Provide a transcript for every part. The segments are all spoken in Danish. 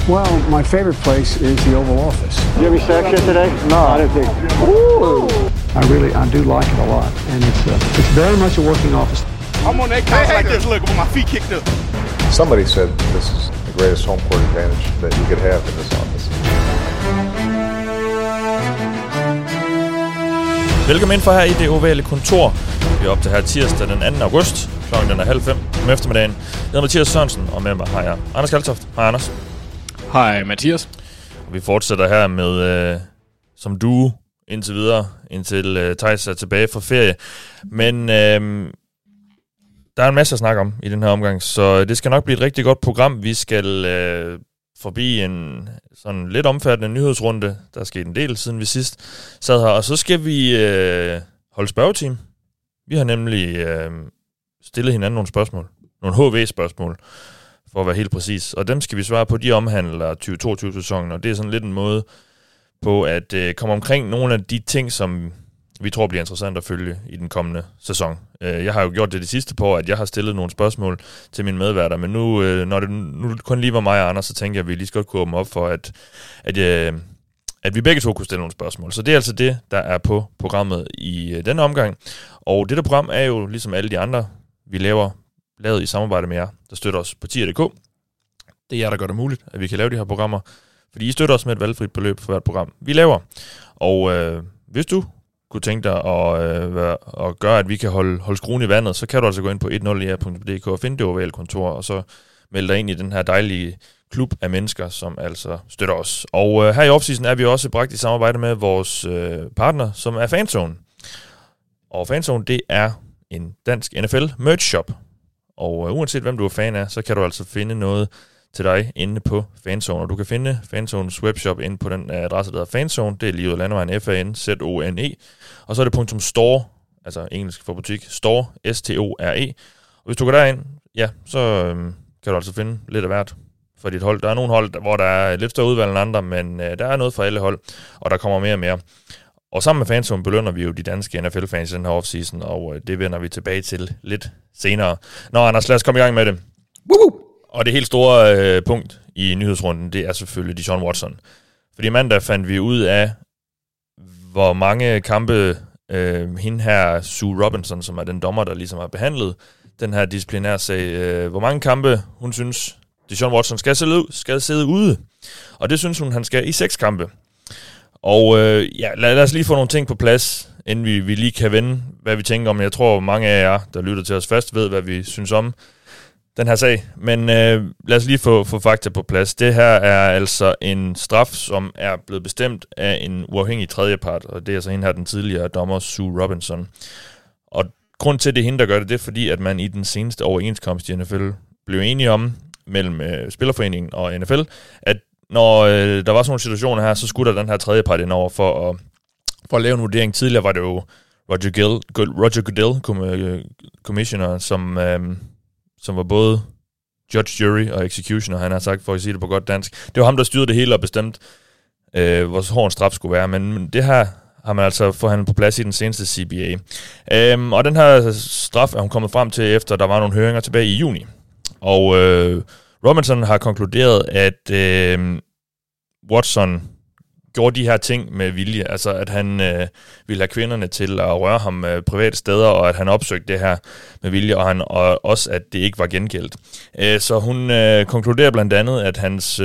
Well, my favorite place is the Oval Office. Did you have any sex yet today? No, I didn't think. I do like it a lot, and it's very much a working office. I'm on that couch like this, look, with my feet kicked up. Somebody said this is the greatest home court advantage that you could have in this office. Velkommen ind for her i det ovale kontor. Vi er op til her tirsdag den 2. august. Klokken den er 4:30 om eftermiddagen. Jeg hedder Mathias Sørensen, og med mig har jeg Anders Kaltoft. Hej Anders. Hej Mathias. Og vi fortsætter her med som duo indtil videre, indtil Theis er tilbage fra ferie. Men der er en masse at snakke om i den her omgang, så det skal nok blive et rigtig godt program. Vi skal forbi en sådan lidt omfattende nyhedsrunde. Der er sket en del, siden vi sidst sad her. Og så skal vi holde spørgeteam. Vi har nemlig stillet hinanden nogle spørgsmål. Nogle HV-spørgsmål, for at være helt præcis. Og dem skal vi svare på. De omhandler 2022-sæsonen, og det er sådan lidt en måde på at komme omkring nogle af de ting, som vi tror bliver interessant at følge i den kommende sæson. Jeg har jo gjort det de sidste par år, at jeg har stillet nogle spørgsmål til mine medværter, men nu, når det kun lige var mig og Anders, så tænker jeg, at vi lige skal kunne åbne op for, at vi begge to kunne stille nogle spørgsmål. Så det er altså det, der er på programmet i denne omgang. Og dette program er jo, ligesom alle de andre, vi lavet i samarbejde med jer, der støtter os på tier.dk. Det er jer, der gør det muligt, at vi kan lave de her programmer, fordi I støtter os med et valgfrit beløb for hvert program, vi laver. Og hvis du kunne tænke dig at gøre, at vi kan holde skruen i vandet, så kan du altså gå ind på 10er.dk og finde det ovale kontor, og så melde dig ind i den her dejlige klub af mennesker, som altså støtter os. Og her i offseason er vi også bragt i samarbejde med vores partner, som er Fanzone. Og Fanzone, det er en dansk NFL merch shop. Og uanset hvem du er fan af, så kan du altså finde noget til dig inde på Fanzone. Og du kan finde Fanzones webshop inde på den adresse, der hedder Fanzone. Det er lige ud af landevejen FANZONE. Og så er det .store, altså engelsk for butik, store, STORE. Og hvis du går derind, ja, så kan du altså finde lidt af hvert for dit hold. Der er nogle hold, hvor der er lidt større udvalg end andre, men der er noget for alle hold, og der kommer mere og mere. Og sammen med Fanzone belønner vi jo de danske NFL-fans i den her offseason, og det vender vi tilbage til lidt senere. Nå, Anders, lad os komme i gang med det. Woo! Og det helt store punkt i nyhedsrunden, det er selvfølgelig Deshaun Watson. Fordi mandag fandt vi ud af, hvor mange kampe hende her, Sue Robinson, som er den dommer, der ligesom har behandlet den her disciplinærsag, hvor mange kampe hun synes, Deshaun Watson skal sidde ude. Og det synes hun, han skal i 6 kampe. Og lad os lige få nogle ting på plads, inden vi lige kan vende, hvad vi tænker om. Jeg tror, mange af jer, der lytter til os fast, ved, hvad vi synes om den her sag. Men lad os lige få fakta på plads. Det her er altså en straf, som er blevet bestemt af en uafhængig tredjepart, og det er altså hende her, den tidligere dommer, Sue Robinson. Og grund til, det er hende, der gør det, det er fordi, at man i den seneste overenskomst i NFL blev enige om, mellem Spillerforeningen og NFL, at når der var sådan nogle situationer her, så skulle der den her tredjepart ind over for at lave en vurdering. Tidligere var det jo Roger Goodell, commissioner, som var både judge, jury og executioner, han har sagt, for at sige det på godt dansk. Det var ham, der styrede det hele og bestemt, hvor hård en straf skulle være. Men det her har man altså forhandlet på plads i den seneste CBA. Og den her straf er hun kommet frem til, efter der var nogle høringer tilbage i juni. Og Robinson har konkluderet, at Watson gjorde de her ting med vilje, altså at han ville have kvinderne til at røre ham private steder, og at han opsøgte det her med vilje, og også at det ikke var gengældt. Så hun konkluderer blandt andet, at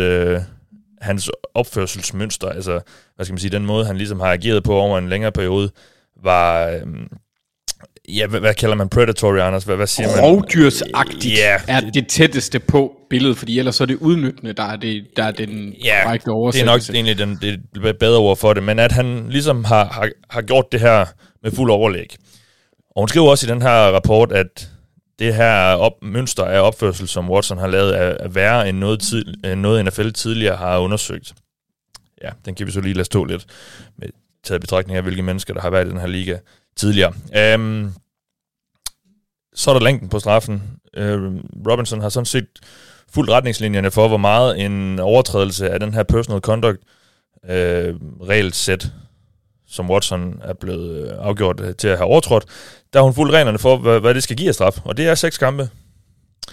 hans opførselsmønster, altså hvad skal man sige, den måde han ligesom har ageret på over en længere periode, var hvad kalder man predatory, Anders? Hvad siger man? Rovdyrsagtigt er det tætteste på billedet, fordi ellers så er det udnyttende, der er den korrekte oversættelse. Det er nok egentlig det bedre ord for det, men at han ligesom har gjort det her med fuld overlæg. Og hun skriver også i den her rapport, at det her mønster af opførsel, som Watson har lavet, er værre end noget NFL tidligere har undersøgt. Ja, den kan vi så lige lade stå lidt med taget betragtning af, hvilke mennesker, der har været i den her liga tidligere. Så er der længden på straffen. Robinson har sådan set fuldt retningslinjerne for, hvor meget en overtrædelse af den her personal conduct regelsæt, som Watson er blevet afgjort til at have overtrådt, der har hun fulgt reglerne for, hvad det skal give af straf. Og det er 6 kampe.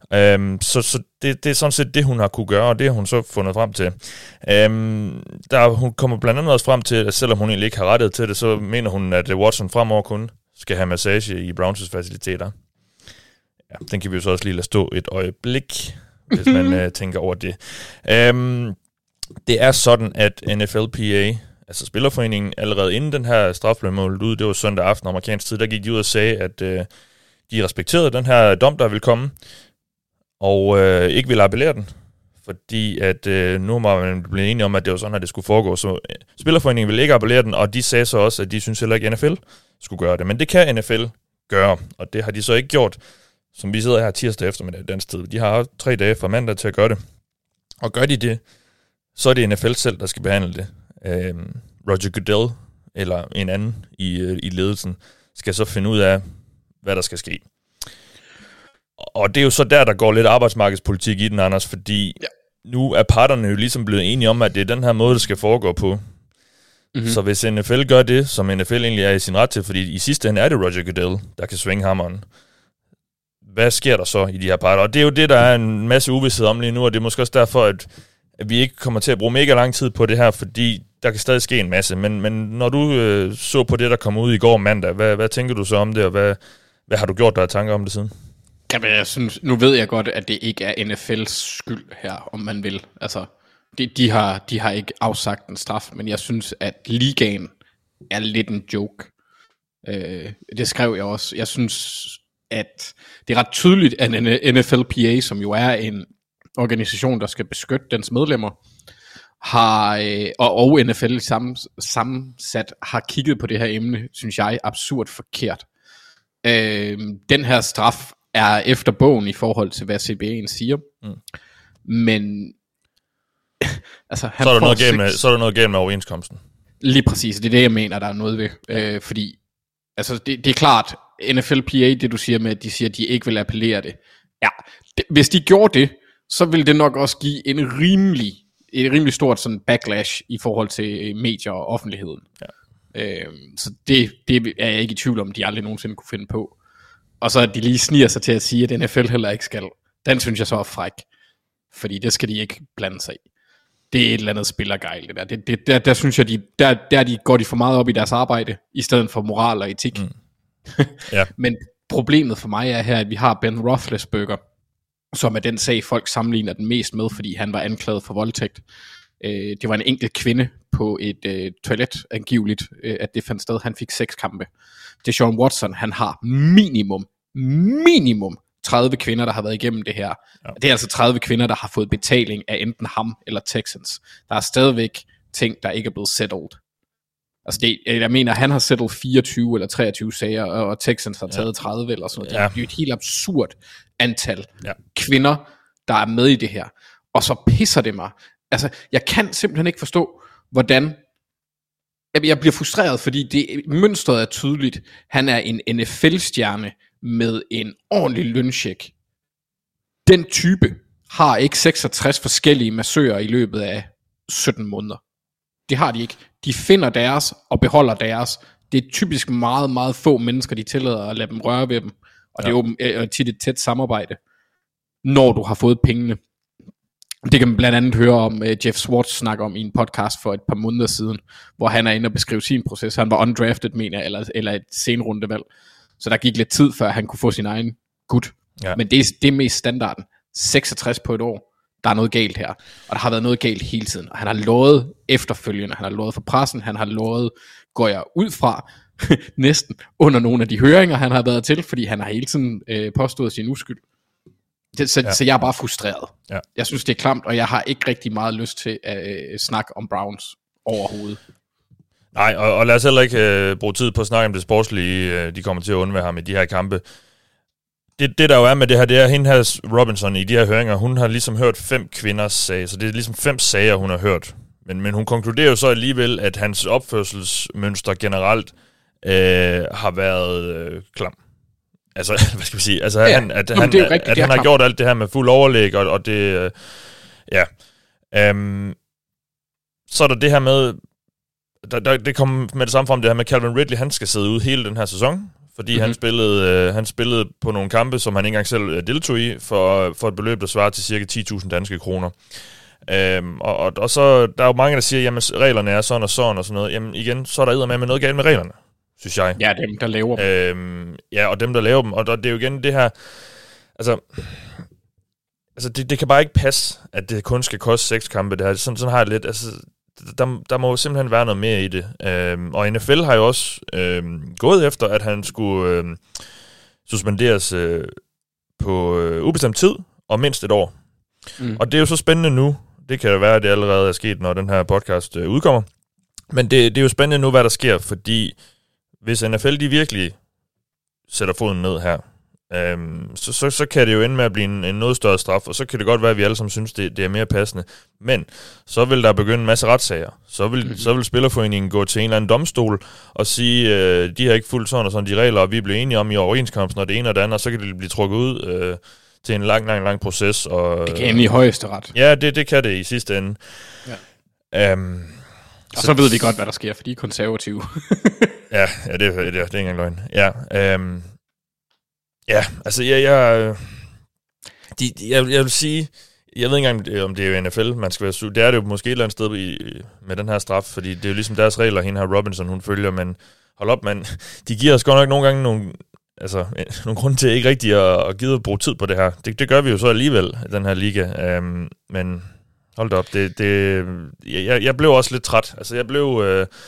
Så det er sådan set det, hun har kunne gøre, og det har hun så fundet frem til. Hun kommer blandt andet også frem til, at selvom hun egentlig ikke har rettet til det, så mener hun, at Watson fremover kun skal have massage i Browns' faciliteter. Ja, den kan vi jo så også lige lade stå et øjeblik, hvis man tænker over det. Det er sådan, at NFLPA, altså Spillerforeningen, allerede inden den her straf blev målt ud, det var søndag aften amerikansk tid, der gik de ud og sagde, at de respekterede den her dom, der ville komme, og ikke ville appellere den, fordi at nu var man blevet enige om, at det var sådan, at det skulle foregå. Så Spillerforeningen ville ikke appellere den, og de sagde så også, at de synes heller ikke, at NFL skulle gøre det. Men det kan NFL gøre, og det har de så ikke gjort, som vi sidder her tirsdag eftermiddag dansk tid. De har 3 dage fra mandag til at gøre det. Og gør de det, så er det NFL selv, der skal behandle det. Roger Goodell, eller en anden i ledelsen, skal så finde ud af, hvad der skal ske. Og det er jo så der går lidt arbejdsmarkedspolitik i den, Anders, fordi nu er parterne jo ligesom blevet enige om, at det er den her måde, det skal foregå på. Mm-hmm. Så hvis NFL gør det, som NFL egentlig er i sin ret til, fordi i sidste ende er det Roger Goodell, der kan svinge hammeren, hvad sker der så i de her parter? Og det er jo det, der er en masse uvished om lige nu, og det er måske også derfor, at vi ikke kommer til at bruge mega lang tid på det her, fordi der kan stadig ske en masse. Men når du så på det, der kom ud i går mandag, hvad tænker du så om det, og hvad har du gjort dig af tanker om det siden? Jamen, jeg synes, nu ved jeg godt, at det ikke er NFL's skyld her, om man vil. Altså, de har ikke afsagt en straf, men jeg synes, at ligaen er lidt en joke. Det skrev jeg også. Jeg synes, at det er ret tydeligt, at NFLPA, som jo er en organisation, der skal beskytte dens medlemmer, og NFL sammensat har kigget på det her emne, synes jeg, absurd forkert. Den her straf er efter bogen i forhold til, hvad CBA'en siger. Men altså, så er der noget galt med overenskomsten. Lige præcis, det er det, jeg mener, der er noget ved. Fordi altså, det er klart, NFLPA, det du siger med, at de siger, at de ikke vil appellere det. Ja, hvis de gjorde det, så ville det nok også give et rimelig stort sådan backlash i forhold til medier og offentligheden. Ja. Så det er jeg ikke i tvivl om, de aldrig nogensinde kunne finde på. Og så at de lige sniger sig til at sige, at NFL heller ikke skal. Den synes jeg så er fræk. Fordi det skal de ikke blande sig i. Det er et eller andet spillergejl, det der. Der synes jeg, går de for meget op i deres arbejde, i stedet for moral og etik. Ja. Men problemet for mig er her, at vi har Ben Roethlisberger, som er den sag, folk sammenligner den mest med, fordi han var anklaget for voldtægt. Det var en enkelt kvinde på et toilet, angiveligt, at det fandt sted. Han fik 6 kampe. Deshaun Watson, han har minimum 30 kvinder, der har været igennem det her. Ja. Det er altså 30 kvinder, der har fået betaling af enten ham eller Texans. Der er stadigvæk ting, der ikke er blevet settled. Altså jeg mener, han har settled 24 eller 23 sager, og Texans har taget 30 eller sådan noget. Det er jo et helt absurd antal kvinder, der er med i det her. Og så pisser det mig. Altså, jeg kan simpelthen ikke forstå, hvordan. Jeg bliver frustreret, fordi mønstret er tydeligt. Han er en NFL-stjerne med en ordentlig løncheck. Den type har ikke 66 forskellige massører i løbet af 17 måneder. Det har de ikke. De finder deres og beholder deres. Det er typisk meget, meget få mennesker, de tillader at lade dem røre ved dem. Og det er jo tit et tæt samarbejde, når du har fået pengene. Det kan man blandt andet høre om Jeff Swartz snakke om i en podcast for et par måneder siden, hvor han er inde og beskrive sin proces. Han var undrafted, mener jeg, eller et senrundevalg. Så der gik lidt tid, før han kunne få sin egen gut. Ja. Men det er mest standarden. 66 på et år. Der er noget galt her. Og der har været noget galt hele tiden. Og han har lovet efterfølgende. Han har lovet for pressen. Han har lovet, går jeg ud fra, næsten under nogle af de høringer, han har været til, fordi han har hele tiden påstået sin uskyld. Så jeg er bare frustreret. Ja. Jeg synes, det er klamt, og jeg har ikke rigtig meget lyst til at snakke om Browns overhovedet. Nej, og lad os heller ikke bruge tid på at snakke om det sportslige, de kommer til at undvære ham i de her kampe. Det der jo er med det her, det er hende her Robinson i de her høringer, hun har ligesom hørt 5 kvinders sag, så det er ligesom 5 sager, hun har hørt. Men hun konkluderer jo så alligevel, at hans opførselsmønster generelt har været klam. Altså, hvad skal vi sige? Altså, han har gjort alt det her med fuld overlæg, og det... så er der det her med... Det kom med det samme frem, det her med Calvin Ridley, han skal sidde ude hele den her sæson, fordi han spillede på nogle kampe, som han ikke engang selv deltog i, for et beløb, der svarer til cirka 10.000 danske kroner. Og så der er jo mange, der siger, jamen reglerne er sådan og sådan og sådan noget. Jamen igen, så er der eddermame noget galt med reglerne, synes jeg. Ja, dem, der laver dem. Ja, og dem, der laver dem. Og det er jo igen det her, altså det kan bare ikke passe, at det kun skal koste 6 kampe. Det her. Sådan har jeg lidt, altså der må jo simpelthen være noget mere i det. Og NFL har jo også gået efter, at han skulle suspenderes på ubestemt tid og mindst et år. Og det er jo så spændende nu. Det kan jo være, at det allerede er sket, når den her podcast udkommer. Men det er jo spændende nu, hvad der sker, fordi hvis NFL de virkelig sætter foden ned her, så kan det jo ende med at blive en noget større straf, og så kan det godt være, at vi alle sammen synes, det er mere passende. Men så vil der begynde en masse retssager. Så vil Spillerforeningen gå til en eller anden domstol og sige, de har ikke fulgt sådan og sådan de regler, og vi blev enige om i overenskomsten, og det ene og det andet, og så kan det blive trukket ud til en lang proces. Og, det kan ende i højesteret. Ja, det kan det i sidste ende. Ja. Og så ved vi godt, hvad der sker, for de er konservative. ja, det er ikke engang løgn. Ja, ja, altså jeg vil sige, jeg ved ikke engang, om det er jo NFL, man skal være det er det jo måske et eller andet sted med den her straf, fordi det er jo ligesom deres regler, hende her Robinson, hun følger, men hold op, man, de giver os godt nok nogle gange nogle grunde til ikke rigtig at give at bruge tid på det her. Det gør vi jo så alligevel, den her liga, men hold da op, jeg blev også lidt træt, altså jeg blev,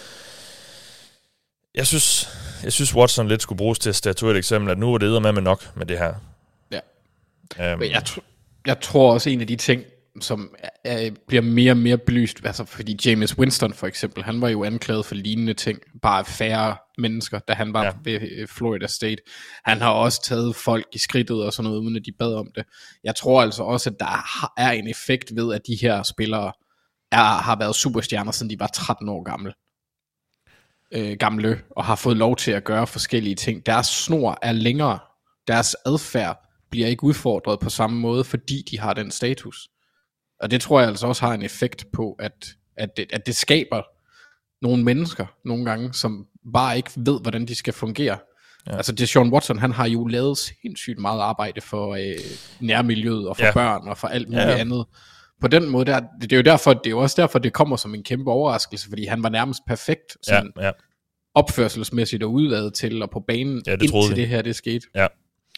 jeg synes Watson lidt skulle bruges til at statuere et eksempel, at nu er det eddermame nok med det her. Ja. Men jeg tror også en af de ting, som bliver mere og mere belyst, altså fordi Jameis Winston for eksempel, han var jo anklaget for lignende ting, bare færre mennesker, da han var ved Florida State. Han har også taget folk i skridtet og sådan noget, uden at de bad om det. Jeg tror altså også, at der er en effekt ved, at de her spillere har været superstjerner, siden de var 13 år gamle, og har fået lov til at gøre forskellige ting. Deres snor er længere, deres adfærd bliver ikke udfordret på samme måde, fordi de har den status. Og det tror jeg altså også har en effekt på, at det skaber nogle mennesker nogle gange, som bare ikke ved, hvordan de skal fungere. Ja. Altså Deshaun Watson, han har jo lavet sindssygt meget arbejde for nærmiljøet og for børn og for alt muligt andet. På den måde, det er jo også derfor, det kommer som en kæmpe overraskelse, fordi han var nærmest perfekt sådan opførselsmæssigt og udladet til, og på banen indtil det her, det skete. Ja.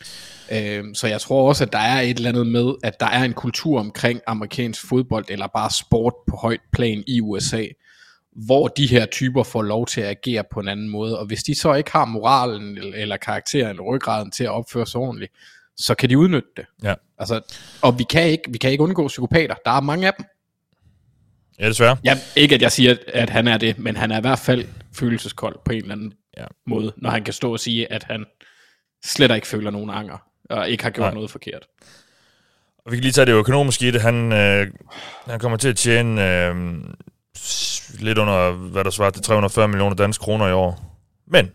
Så jeg tror også, at der er et eller andet med, at der er en kultur omkring amerikansk fodbold, eller bare sport på højt plan i USA, hvor de her typer får lov til at agere på en anden måde, og hvis de så ikke har moralen, eller karakteren, eller ryggraden til at opføre sig ordentligt, så kan de udnytte det. Ja. Altså, og vi kan ikke undgå psykopater. Der er mange af dem. Ja, desværre. Ja, ikke at jeg siger, at han er det, men han er i hvert fald følelseskold på en eller anden måde, når han kan stå og sige, at han slet ikke føler nogen anger, og ikke har gjort noget forkert. Og vi kan lige tage det økonomiske i det. Han kommer til at tjene lidt under, hvad der svarer til 340 millioner danske kroner i år. Men,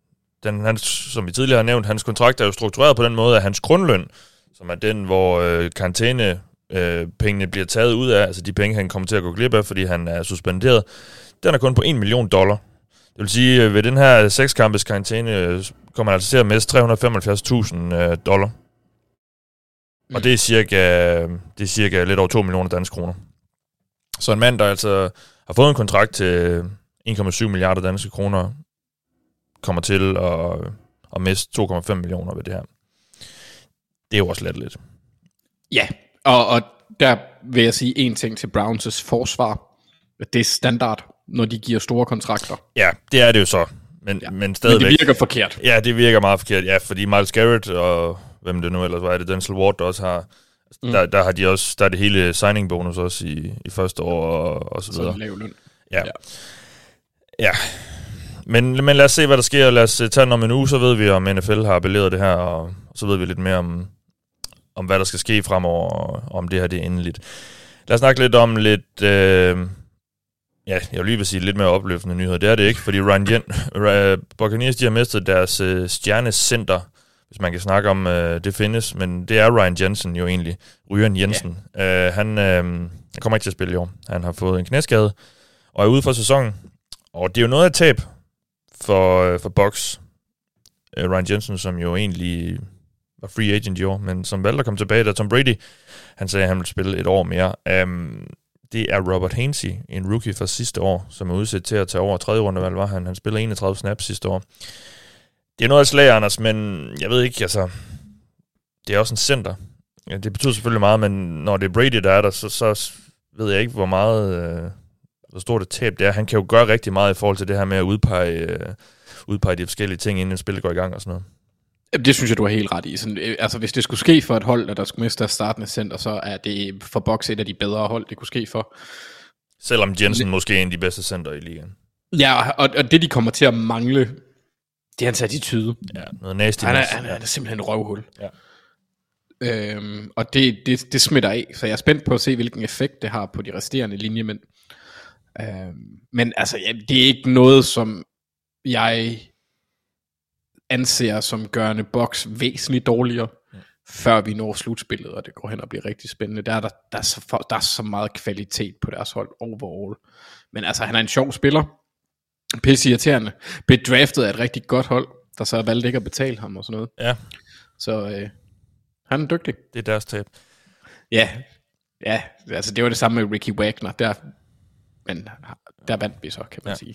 som vi tidligere har nævnt, hans kontrakt er jo struktureret på den måde, at hans grundløn, som er den, hvor karantænepengene bliver taget ud af, altså de penge, han kommer til at gå glip af, fordi han er suspenderet, den er kun på $1 million. Det vil sige, at ved den her 6-kampes karantæne kommer han altså til at miste $375,000. Og det er cirka lidt over 2 millioner danske kroner. Så en mand, der altså har fået en kontrakt til 1,7 milliarder danske kroner, kommer til at miste 2,5 millioner ved det her. Det er jo også lidt. Ja, og der vil jeg sige en ting til Browns' forsvar. Det er standard, når de giver store kontrakter. Ja, det er det jo så. Men stadigvæk. Men det virker forkert. Ja, det virker meget forkert. Ja, fordi Myles Garrett og hvem det nu ellers var, det Denzel Ward, der også har... Der har de også... Der er det hele signing bonus også i første år og så videre. Så lav løn. Ja. Men lad os se, hvad der sker. Lad os tage den om en uge, så ved vi, om NFL har appelleret det her, og så ved vi lidt mere om hvad der skal ske fremover, og om det her det er endeligt. Lad os snakke lidt om jeg vil lige vil sige lidt mere opløftende nyheder. Det er det ikke, fordi Buccaneers, de har mistet deres stjernecenter, hvis man kan snakke om, det findes, men det er Ryan Jensen jo egentlig. Ryan Jensen. Ja. Han kommer ikke til at spille i år. Han har fået en knæskade, og er ude for sæsonen. Og det er jo noget af tab for Bucs. Ryan Jensen, som jo egentlig var free agent i år, men som valgte at komme tilbage, da Tom Brady, han sagde, at han ville spille et år mere. Det er Robert Hainsey, en rookie fra sidste år, som er udsat til at tage over 3. rundevalg, var han. Han spiller 31 snaps sidste år. Det er noget af slag, Anders, men jeg ved ikke, altså, det er også en center. Ja, det betyder selvfølgelig meget, men når det er Brady, der er der, så ved jeg ikke, hvor stort et tab det er. Han kan jo gøre rigtig meget i forhold til det her med at udpege de forskellige ting, inden spillet går i gang og sådan noget. Det synes jeg, du har helt ret i. Sådan, altså, hvis det skulle ske for et hold, der skulle miste deres startende center, så er det for Bucks et af de bedre hold, det kunne ske for. Selvom Jensen måske er en af de bedste center i ligaen. Ja, og det de kommer til at mangle, det er hans attitude. Ja, noget nasty. Han er simpelthen en røvhul. Ja. Og det smitter af, så jeg er spændt på at se, hvilken effekt det har på de resterende linjemænd. Men altså, ja, det er ikke noget, som jeg anser som gørende Bucks væsentligt dårligere, før vi når slutspillet, og det går hen og bliver rigtig spændende. Der er så meget kvalitet på deres hold overall. Men altså, han er en sjov spiller. Pisse irriterende. Blev draftet af et rigtig godt hold, der så valgte ikke at betale ham og sådan noget. Ja. Så han er dygtig. Det er deres tab. Ja, altså det var det samme med Ricky Wagner. Men der vandt vi så, kan man sige.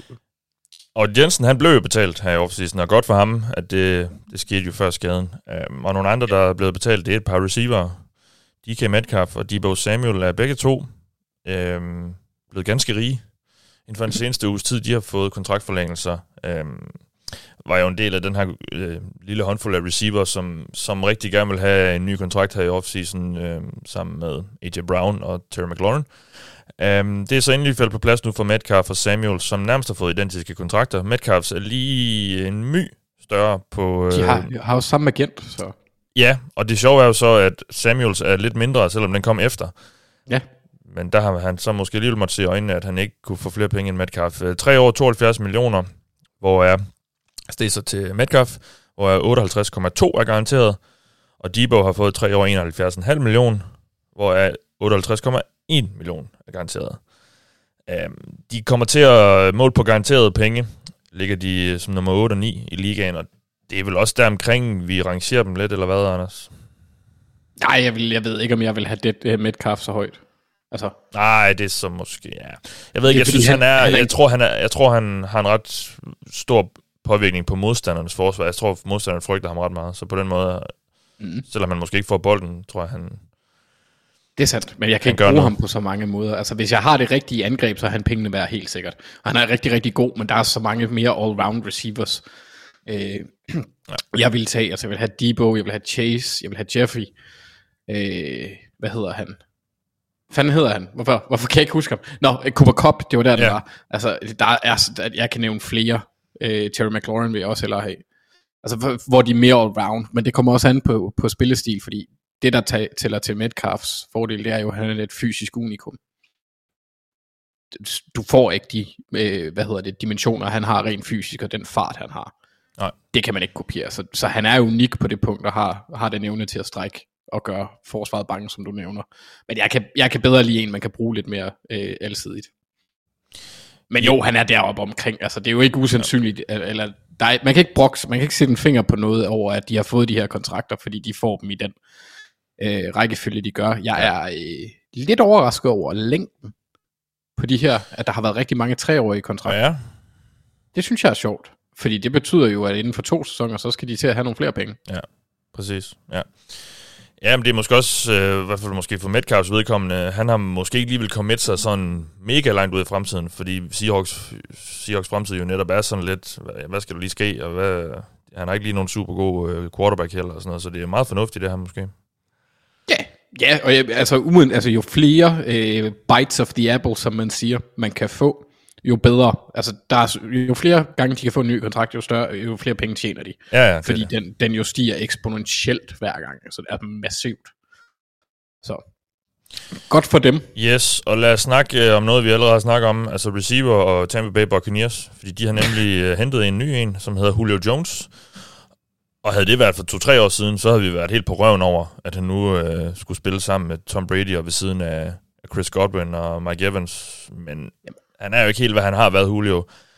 Og Jensen, han blev jo betalt her i offseason, og godt for ham, at det skete jo før skaden. Og nogle andre, der er blevet betalt, det er et par receiver. DK Metcalf og Deebo Samuel er begge to blevet ganske rige. Inden for den seneste uges tid, de har fået kontraktforlængelser. Var jo en del af den her lille håndfuld af receiver, som rigtig gerne vil have en ny kontrakt her i offseason sammen med A.J. Brown og Terry McLaurin. Det er så endelig faldet på plads nu for Metcalf og Samuel, som nærmest har fået identiske kontrakter. Metcalfs er lige en my større på... De har jo samme agent, så... Ja, og det sjove er jo så, at Samuels er lidt mindre, selvom den kom efter. Ja. Men der har han så måske alligevel måtte se i øjnene, at han ikke kunne få flere penge end Metcalf. 3 år, 72 millioner, hvor er steg så til Metcalf, hvor er 58,2 er garanteret, og Deebo har fået 3 år, 71,5 millioner, hvor er 58,1 millioner er garanteret. De kommer til at måle på garanterede penge, ligger de som nummer 8 og 9 i ligaen, og det er vel også der omkring, vi rangerer dem lidt, eller hvad, Anders? Nej, jeg ved ikke, om jeg vil have det Metcalf så højt. Altså. Nej, det er så måske, ja. Jeg ved ikke, jeg synes, jeg tror, han har en ret stor påvirkning på modstandernes forsvar. Jeg tror, modstanderne frygter ham ret meget, så på den måde, selvom han måske ikke får bolden, tror jeg, han... Det er sandt, men jeg kan ikke bruge ham på så mange måder. Altså, hvis jeg har det rigtige angreb, så er han pengene værd helt sikkert. Og han er rigtig, rigtig god, men der er så mange mere all-round receivers. Jeg vil tage, altså jeg vil have Deebo, jeg vil have Chase, jeg vil have Jeffrey. Hvad hedder han? Fanden hedder han? Hvorfor kan jeg ikke huske ham? Nå, Cooper Kupp, det var der, det var. Altså, jeg kan nævne flere. Terry McLaurin vil jeg også hellere have. Altså, hvor de er mere all-round, men det kommer også an på spillestil, fordi det, der tæller til Metcalfs fordel, det er jo, at han er et fysisk unikum. Du får ikke de, dimensioner, han har rent fysisk, og den fart, han har. Nej. Det kan man ikke kopiere. Så han er unik på det punkt, og har den evne til at strække og gøre forsvaret bange, som du nævner. Men jeg kan bedre lide en, man kan bruge lidt mere alsidigt. Men jo, han er deroppe omkring. Altså, det er jo ikke usandsynligt. Eller, man kan ikke brokse, man kan ikke sætte en finger på noget over, at de har fået de her kontrakter, fordi de får dem i den rækkefølge, de gør. Jeg er lidt overrasket over længden på de her, at der har været rigtig mange 3-årige kontrakter. Ja. Det synes jeg er sjovt, fordi det betyder jo, at inden for 2 sæsoner, så skal de til at have nogle flere penge. Ja, præcis. Ja. Ja, men det er måske også, i hvert fald måske for Metcalfs vedkommende, han har måske ikke lige vil komme med sig sådan mega langt ud i fremtiden, fordi Seahawks fremtid jo netop er sådan lidt, hvad skal der lige ske, og han har ikke lige nogen super god quarterback heller, og sådan noget, så det er meget fornuftigt det her måske. Ja, og jo flere bites of the apple, som man siger, man kan få, jo bedre. Altså, jo flere gange de kan få en ny kontrakt, jo flere penge tjener de. Ja, fordi den jo stiger eksponentielt hver gang. Så det er massivt. Så godt for dem. Yes, og lad os snakke om noget, vi allerede har snakket om, altså receiver og Tampa Bay Buccaneers, fordi de har nemlig hentet en ny en, som hedder Julio Jones. Og havde det været for 2-3 år siden, så havde vi været helt på røven over, at han nu skulle spille sammen med Tom Brady og ved siden af Chris Godwin og Mike Evans. Men han er jo ikke helt, hvad han har været, Julio.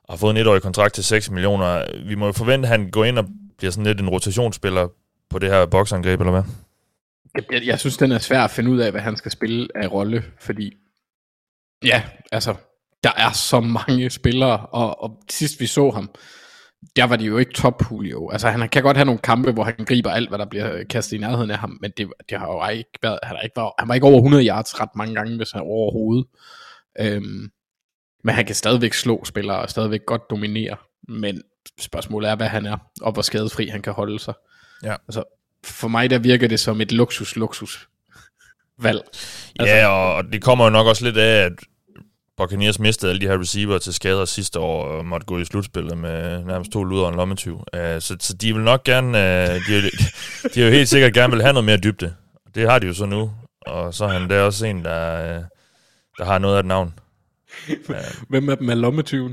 har fået en 1-årig kontrakt til 6 millioner. Vi må jo forvente, at han går ind og bliver sådan lidt en rotationsspiller på det her boksangreb, eller hvad? Jeg synes, den er svær at finde ud af, hvad han skal spille af rolle, fordi ja, altså, der er så mange spillere, og sidst vi så ham, der var de jo ikke top Julio. Altså, han kan godt have nogle kampe, hvor han griber alt, hvad der bliver kastet i nærheden af ham, men det har jo ikke været, han var ikke over 100 yards ret mange gange, hvis han overhovedet. Men han kan stadigvæk slå spillere, og stadigvæk godt dominere, men spørgsmålet er, hvad han er, og hvor skadesfri han kan holde sig. Ja. Altså, for mig der virker det som et luksus valg. Altså, ja, og det kommer jo nok også lidt af, at Buccaneers mistede alle de her receiver til skader sidste år, og måtte gå i slutspillet med nærmest 2 luder og en lommetyv. Så de vil nok gerne, de jo helt sikkert gerne vil have noget mere dybde. Det har de jo så nu, og så er han der også en, der har noget af et navn. Hvem af dem er lommetyven?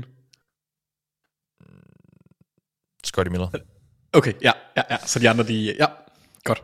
Scotty Miller. Okay, ja, så de andre, ja, godt.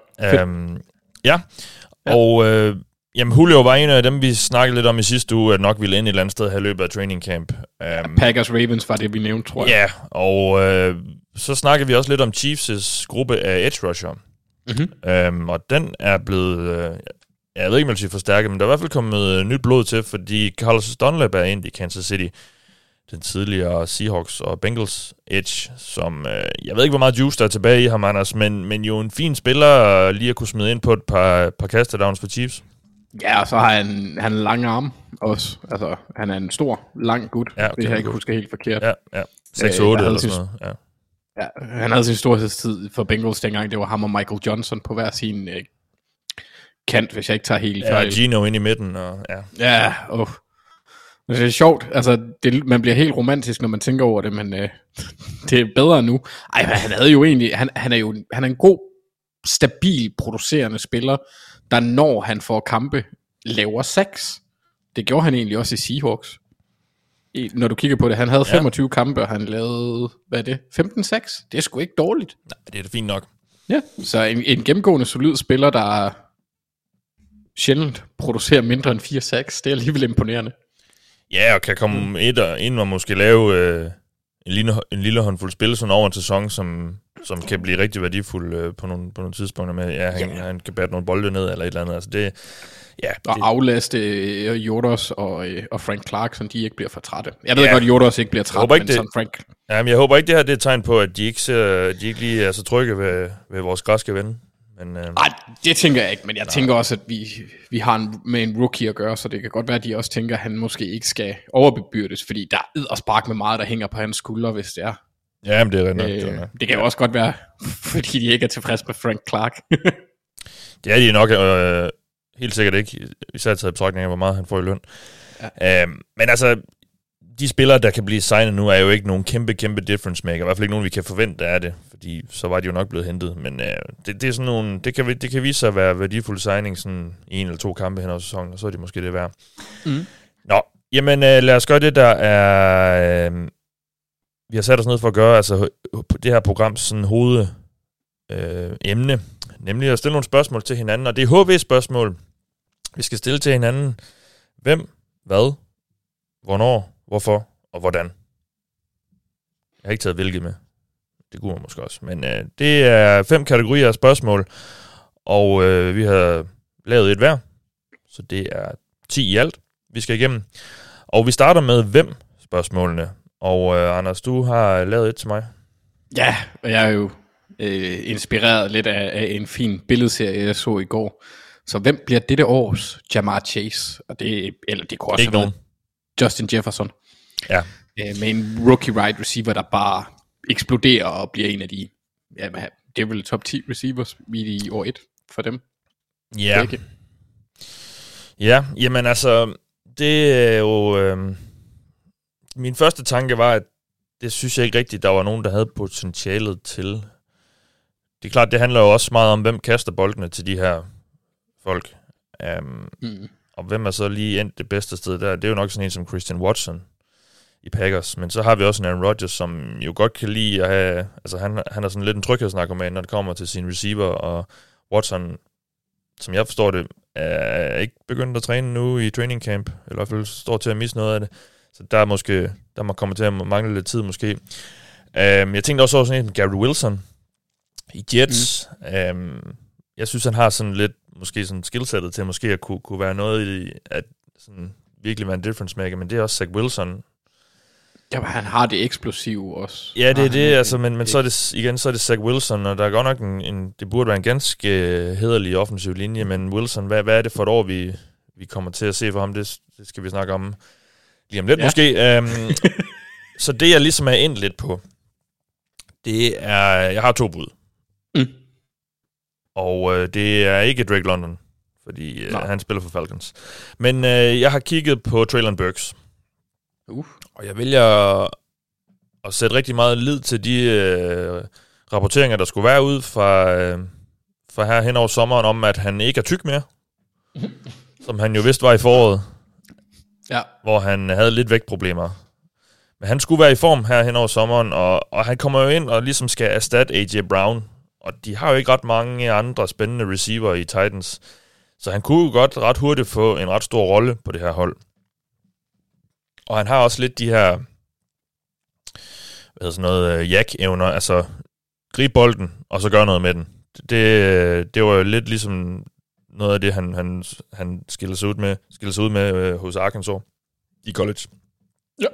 Og jamen, Julio var en af dem, vi snakkede lidt om i sidste uge, at nok ville ind et eller andet sted have løbet af training camp. Packers Ravens var det, vi nævnte, tror jeg. Ja, og så snakkede vi også lidt om Chiefs' gruppe af edge rusher. Mm-hmm. Og den er blevet, jeg ved ikke, om jeg vil sige forstærket, men der er i hvert fald kommet nyt blod til, fordi Carlos Dunlap er ind i Kansas City, den tidligere Seahawks og Bengals edge, som, jeg ved ikke, hvor meget juice der er tilbage i ham, Anders, men jo en fin spiller lige at kunne smide ind på et par kastedowns for Chiefs. Ja, og så har han en lang arm også. Altså, han er en stor, lang gut, hvis jeg ikke husker helt forkert. Ja. 6'8 eller sådan noget. Ja, han havde sin storhedstid for Bengals dengang. Det var ham og Michael Johnson på hver sin kant, hvis jeg ikke tager helt fejl. Ja, Gino ind i midten. Og, ja. Det er sjovt. Altså, man bliver helt romantisk, når man tænker over det, men det er bedre nu. Ej, men han havde jo egentlig... Han er en god, stabil, producerende spiller, der når han får kampe, laver 6. Det gjorde han egentlig også i Seahawks. Når du kigger på det, han havde 25 kampe, og han lavede, hvad er det, 15-6? Det er sgu ikke dårligt. Nej, det er da fint nok. Ja, så en gennemgående solid spiller, der sjældent producerer mindre end 4-6, det er alligevel imponerende. Ja, og kan komme ind og måske lave en lille håndfuld spil sådan over en sæson, som kan blive rigtig værdifuld på nogle tidspunkter med, han kan bære nogle bolde ned eller et eller andet. Altså det, og aflaste Jodos og Frank Clark, så de ikke bliver for trætte. Jeg ved godt, Jodos ikke bliver træt, men som Frank... Jamen, jeg håber ikke, det her det er et tegn på, at de ikke lige er så trygge ved vores græske ven. Nej, det tænker jeg ikke, men jeg tænker også, at vi har med en rookie at gøre, så det kan godt være, at de også tænker, at han måske ikke skal overbebyrdes, fordi der er og spark med meget, der hænger på hans skuldre, hvis det er. Ja, men det er nok. Det kan jo også godt være, fordi de ikke er tilfredse med Frank Clark. Det er de nok helt sikkert ikke, især taget i betragtning af, hvor meget han får i løn. Ja. Men altså, de spillere, der kan blive signet nu, er jo ikke nogen kæmpe difference maker. I hvert fald ikke nogen, vi kan forvente af det, fordi så var de jo nok blevet hentet. Men det er sådan nogle, det kan vise sig at være værdifuld signing sådan 1 eller 2 kampe hen over sæsonen, og så er det måske det værd. Mm. Nå, jamen lad os gøre det, der er... vi har sat os ned for at gøre, altså det her programs sådan emne, nemlig at stille nogle spørgsmål til hinanden, og det er HV-spørgsmål, vi skal stille til hinanden. Hvem, hvad, hvornår, hvorfor og hvordan. Jeg har ikke taget hvilket med. Det kunne man måske også. Men det er 5 kategorier af spørgsmål, og vi har lavet et hver, så det er 10 i alt, vi skal igennem. Og vi starter med hvem-spørgsmålene. Og Anders, du har lavet et til mig. Ja, og jeg er jo inspireret lidt af en fin billedserie, jeg så i går. Så hvem bliver dette års Ja'Marr Chase? Og det kunne også være Justin Jefferson. Ja. Med en rookie wide receiver, der bare eksploderer og bliver en af de, det er vel top 10 receivers i år 1 for dem. Ja. Ja, jamen altså, det er jo... min første tanke var, at det synes jeg ikke rigtigt, der var nogen, der havde potentialet til. Det er klart, det handler jo også meget om, hvem kaster boldene til de her folk. Og hvem er så lige endt det bedste sted der? Det er jo nok sådan en som Christian Watson i Packers. Men så har vi også en Aaron Rodgers, som jo godt kan lide at have... Altså han er sådan lidt en tryghedsnarkoman, når det kommer til sin receiver. Og Watson, som jeg forstår det, er ikke begyndt at træne nu i training camp. Eller i hvert fald står til at misse noget af det. Så der må komme til at mangle lidt tid måske. Jeg tænkte også over sådan en Gary Wilson i Jets. Jeg synes, han har sådan lidt, måske sådan skillsettet til måske at kunne være noget i, at sådan virkelig være en difference maker, men det er også Zach Wilson. Jamen, han har det eksplosive også. Ja, det er det, altså, men så er det igen, så er det Zach Wilson, og der er godt nok det burde være en ganske hæderlig offensiv linje, men Wilson, hvad er det for et år, vi kommer til at se for ham? Det skal vi snakke om lige om lidt måske. Så det, jeg ligesom er endt lidt på, det er, jeg har 2 bud. Og det er ikke Drake London, fordi han spiller for Falcons. Men jeg har kigget på Treylon Burks. Og jeg vælger at sætte rigtig meget lid til de rapporteringer, der skulle være ud fra her hen over sommeren, om at han ikke er tyk mere. Som han jo vidste var i foråret. Ja. Hvor han havde lidt vægtproblemer. Men han skulle være i form her hen over sommeren, og han kommer jo ind og ligesom skal erstatte A.J. Brown. Og de har jo ikke ret mange andre spændende receiver i Titans. Så han kunne jo godt ret hurtigt få en ret stor rolle på det her hold. Og han har også lidt de her jack-evner, altså gribe bolden, og så gøre noget med den. Det var jo lidt ligesom noget af det, han skiller sig ud med hos Arkansas i college. Ja.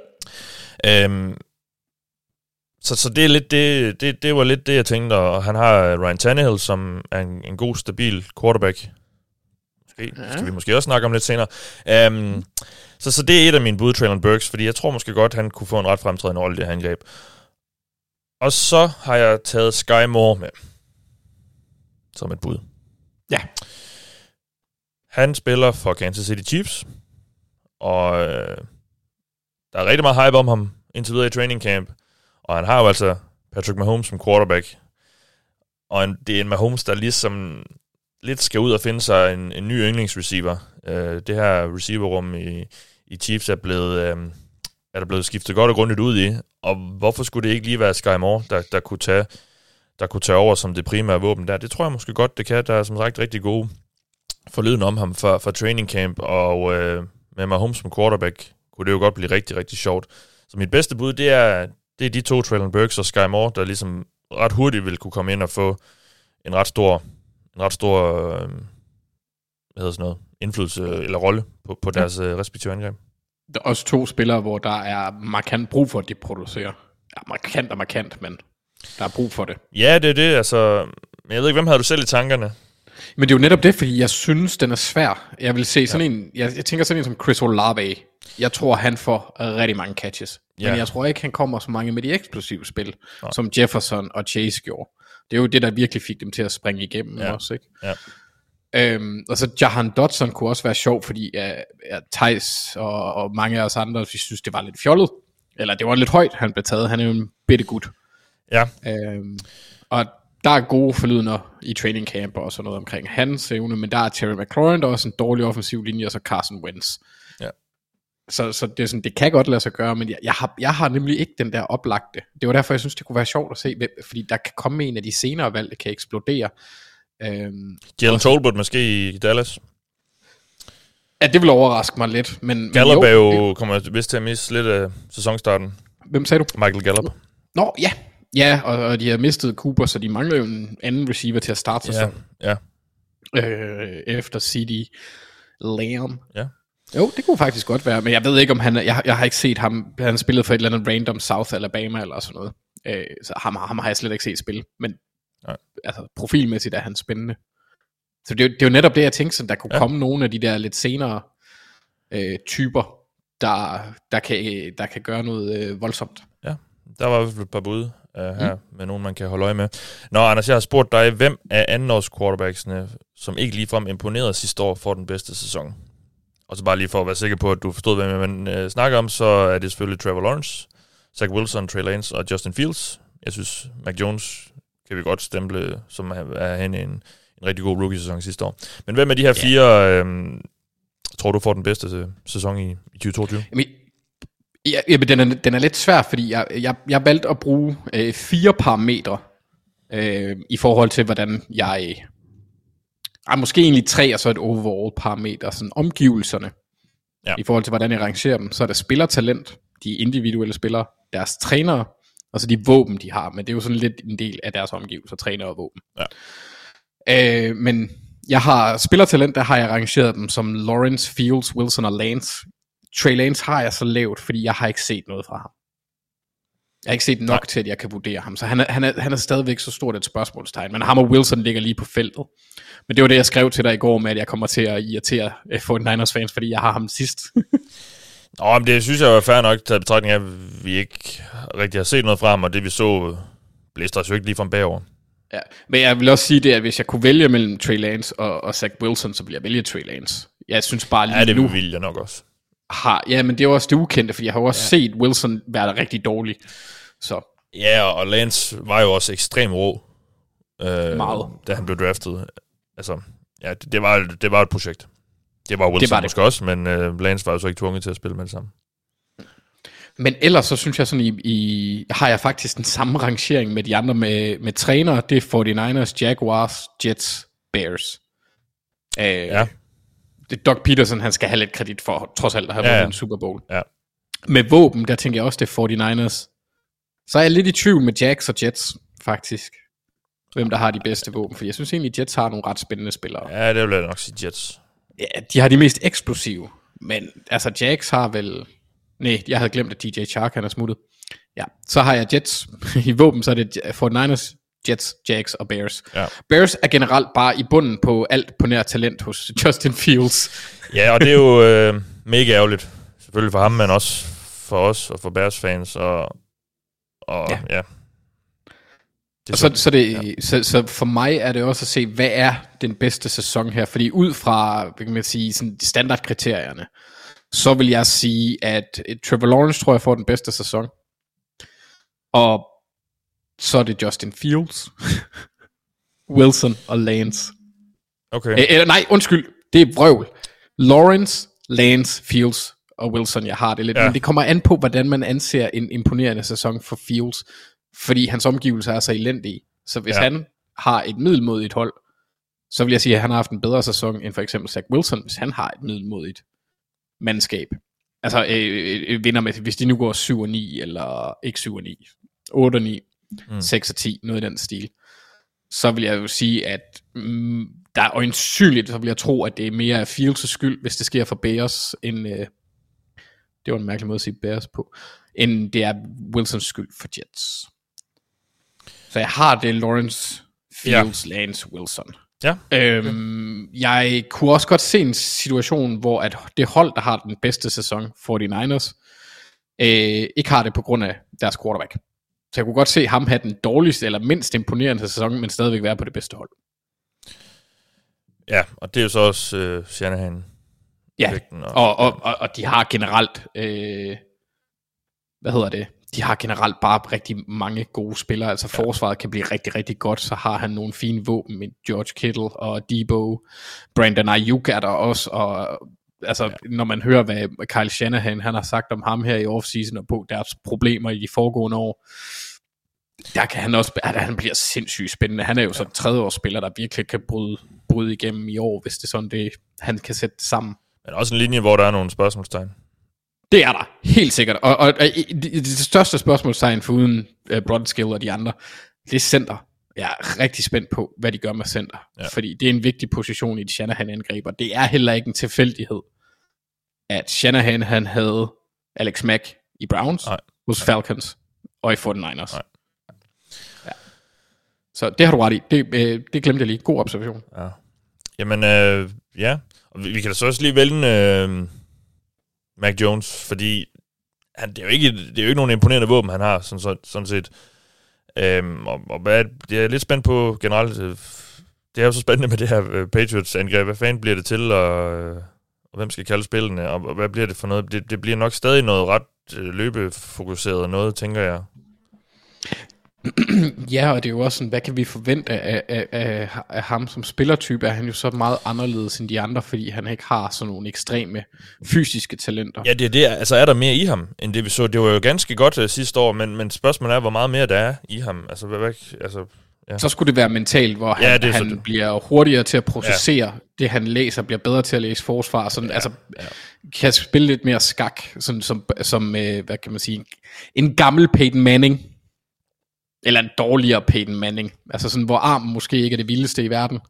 Så det er lidt det var lidt det, jeg tænkte, og han har Ryan Tannehill, som er en god, stabil quarterback. Det skal vi måske også snakke om lidt senere. Så det er et af mine bud, Treylon Burks, fordi jeg tror måske godt, han kunne få en ret fremtrædende rolle i det her angreb. Og så har jeg taget Sky Moore med som et bud. Ja. Han spiller for Kansas City Chiefs, og der er rigtig meget hype om ham indtil videre i training camp, og han har jo altså Patrick Mahomes som quarterback, og det er en Mahomes, der ligesom lidt skal ud og finde sig en ny yndlingsreceiver. Det her receiverrum i Chiefs er der blevet skiftet godt og grundigt ud i, og hvorfor skulle det ikke lige være Sky Moore, der kunne tage over som det primære våben der? Det tror jeg måske godt, det kan. Der er som sagt rigtig gode forlyden om ham fra training camp, og med Mahomes som quarterback kunne det jo godt blive rigtig, rigtig sjovt. Så mit bedste bud, det er de 2, Treylon Burks og Sky Moore, der ligesom ret hurtigt vil kunne komme ind og få en ret stor indflydelse eller rolle på deres respektive angreb. Der er også 2 spillere, hvor der er markant brug for, at de producerer. Ja, markant, men der er brug for det. Ja, det er det. Altså, jeg ved ikke, hvem havde du selv i tankerne? Men det er jo netop det, fordi jeg synes, den er svær. Jeg vil se sådan en, jeg tænker sådan en som Chris Olave. Jeg tror, han får rigtig mange catches. Men jeg tror ikke, han kommer så mange med de eksplosive spil, som Jefferson og Chase gjorde. Det er jo det, der virkelig fik dem til at springe igennem også, ikke? Ja. Og så Jahan Dotson kunne også være sjov, fordi Theis og mange af os andre, vi synes, det var lidt fjollet. Eller det var lidt højt, han blev taget. Han er jo en bitte gut. Ja. Og der er gode forlydender i training camp og sådan noget omkring hans evne, men der er Terry McLaurin, der er også en dårlig offensiv linje, og så Carson Wentz. Ja. Så det er sådan, det kan godt lade sig gøre, men jeg har nemlig ikke den der oplagte. Det var derfor, jeg synes, det kunne være sjovt at se, fordi der kan komme en af de senere valg, der kan eksplodere. Jalen Tolbert måske i Dallas. Ja, det vil overraske mig lidt. Men Gallup er jo kommer vist til at miste lidt af sæsonstarten. Hvem sagde du? Michael Gallup. Nå, ja. Ja, og de har mistet Cooper, så de mangler jo en anden receiver til at starte sæsonen. Ja. Efter CD Lamb. Ja. Jo, det kunne faktisk godt være, men jeg ved ikke, om han... Jeg har ikke set ham... Han spillet for et eller andet random South Alabama eller sådan noget. Så ham har jeg slet ikke set spille. Men altså, profilmæssigt er han spændende. Så det er jo netop det, jeg tænkte, så der kunne komme nogle af de der lidt senere typer, der kan gøre noget voldsomt. Ja, der var i hvert fald et par bud her med nogen, man kan holde øje med. Nå, Anders, jeg har spurgt dig, hvem af andenårs quarterbacksene, som ikke ligefrem imponerede sidste år, får den bedste sæson? Og så bare lige for at være sikker på, at du forstod, hvad man snakker om, så er det selvfølgelig Trevor Lawrence, Zach Wilson, Trey Lance og Justin Fields. Jeg synes, Mac Jones kan vi godt stemple, som er hen i en rigtig god rookie-sæson sidste år. Men hvem af de her 4, tror du får den bedste sæson i 2022? Jamen, den er lidt svær, fordi jeg valgte at bruge 4 parametre i forhold til, hvordan jeg... måske egentlig 3, og så et overall parameter, sådan omgivelserne. i forhold til, hvordan jeg rangerer dem, så er der spillertalent, de individuelle spillere, deres trænere, og så de våben, de har. Men det er jo sådan lidt en del af deres omgivelser, trænere og våben. Ja. Men jeg har spillertalent, der har jeg rangeret dem som Lawrence, Fields, Wilson og Lance. Trey Lance har jeg så lavt, fordi jeg har ikke set noget fra ham. Jeg har ikke set nok til, at jeg kan vurdere ham. Så han er stadigvæk så stort et spørgsmålstegn. Men ham og Wilson ligger lige på feltet. Men det var det, jeg skrev til dig i går med, at jeg kommer til at irritere 49ers fans, fordi jeg har ham sidst. Men det synes jeg var fair nok til betragtning af, at vi ikke rigtig har set noget fra ham, og det vi så blæste os jo ikke lige fra bagover. Ja, men jeg vil også sige det, at hvis jeg kunne vælge mellem Trey Lance og Zach Wilson, så ville jeg vælge Trey Lance. Jeg synes bare lige det nu... vil jeg nok også. Ja, men det er også det ukendte, fordi jeg har jo også set Wilson være rigtig dårlig. Så. Ja, og Lance var jo også ekstremt rå, da han blev draftet. Altså, ja, det var et projekt. Det var Wilson måske også, men Lance var jo så ikke tvunget til at spille med det samme. Men ellers så synes jeg sådan har jeg faktisk den samme rangering med de andre med trænere. Det er 49ers, Jaguars, Jets, Bears. Det Doug Peterson, han skal have lidt kredit for, trods alt at have vundet en Super Bowl. Ja. Med våben, der tænker jeg også, det er 49ers. Så er jeg lidt i tvivl med Jags og Jets, faktisk. Hvem der har de bedste våben, for jeg synes egentlig, Jets har nogle ret spændende spillere. Ja, det vil jeg nok sige Jets. Ja, de har de mest eksplosive, men altså Jags har vel... Nej, jeg havde glemt, at DJ Chark han er smuttet. Ja, så har jeg Jets i våben, så er det 49ers, Jets, Jags og Bears. Ja. Bears er generelt bare i bunden på alt på nær talent hos Justin Fields. Ja, og det er jo mega ærgerligt. Selvfølgelig for ham, men også for os og for Bears fans. Og ja. Så for mig er det også at se, hvad er den bedste sæson her? Fordi ud fra, hvad kan man sige, sådan standardkriterierne, så vil jeg sige, at Trevor Lawrence tror jeg får den bedste sæson. Og så er det Justin Fields, Wilson og Lance. Okay. Nej, undskyld, det er vrøvl. Lawrence, Lance, Fields og Wilson, jeg har det lidt. Ja. Men det kommer an på, hvordan man anser en imponerende sæson for Fields. Fordi hans omgivelser er så elendige. Så hvis han har et middelmodigt hold, så vil jeg sige, at han har haft en bedre sæson end for eksempel Zach Wilson, hvis han har et middelmodigt mandskab. Altså vinder med, hvis de nu går 7-9, eller ikke 7-9, 8-9, 6-10, noget i den stil. Så vil jeg jo sige, at der er øjensynligt, så vil jeg tro, at det er mere af Fields' skyld, hvis det sker for Bears, end, det var en mærkelig måde at sige Bears på, end det er Wilsons skyld for Jets. Så jeg har det Lawrence, Fields, Lance, Wilson. Ja. Jeg kunne også godt se en situation, hvor at det hold, der har den bedste sæson, 49ers, ikke har det på grund af deres quarterback. Så jeg kunne godt se ham have den dårligste eller mindst imponerende sæson, men stadigvæk være på det bedste hold. Ja, og det er jo så også Shanahan. Ja, og de har generelt, de har generelt bare rigtig mange gode spillere. Altså forsvaret kan blive rigtig, rigtig godt. Så har han nogle fine våben med George Kittle og Debo. Brandon Ayuk er der også. Og altså, når man hører, hvad Kyle Shanahan han har sagt om ham her i offseason og på deres problemer i de foregående år, der kan han også, han bliver sindssygt spændende. Han er jo så en tredjeårsspiller, der virkelig kan bryde igennem i år, hvis det er sådan, det han kan sætte det sammen. Men også en linje, hvor der er nogle spørgsmålstegn. Det er der, helt sikkert. Og det største spørgsmålstegn for uden Brodskill og de andre, det er center. Jeg er rigtig spændt på, hvad de gør med center. Ja. Fordi det er en vigtig position i de Shanahan-angreb, og det er heller ikke en tilfældighed, at Shanahan han havde Alex Mack i Browns, hos Falcons og i 49ers. Ja. Så det har du ret i. Det glemte jeg lige. God observation. Ja. Jamen, ja. Og vi kan da så også lige vælge Mac Jones, fordi det er jo ikke nogen imponerende våben, han har, sådan set. Og det er lidt spændt på generelt. Det er jo så spændende med det her Patriots-angreb. Hvad fanden bliver det til, og hvem skal kalde spillene, og hvad bliver det for noget? Det bliver nok stadig noget ret løbefokuseret noget, tænker jeg. Ja, og det er jo også sådan, hvad kan vi forvente af ham som spillertype? Er han jo så meget anderledes end de andre, fordi han ikke har sådan nogle ekstreme fysiske talenter. Ja, det er det. Altså, er der mere i ham, end det vi så? Det var jo ganske godt sidste år, men spørgsmålet er, hvor meget mere der er i ham. Altså, Så skulle det være mentalt, hvor han bliver hurtigere til at processere det, han læser, bliver bedre til at læse forsvar, sådan, altså kan spille lidt mere skak, sådan, som hvad kan man sige, en gammel Peyton Manning, eller en dårligere Peyton Manning, altså sådan, hvor armen måske ikke er det vildeste i verden,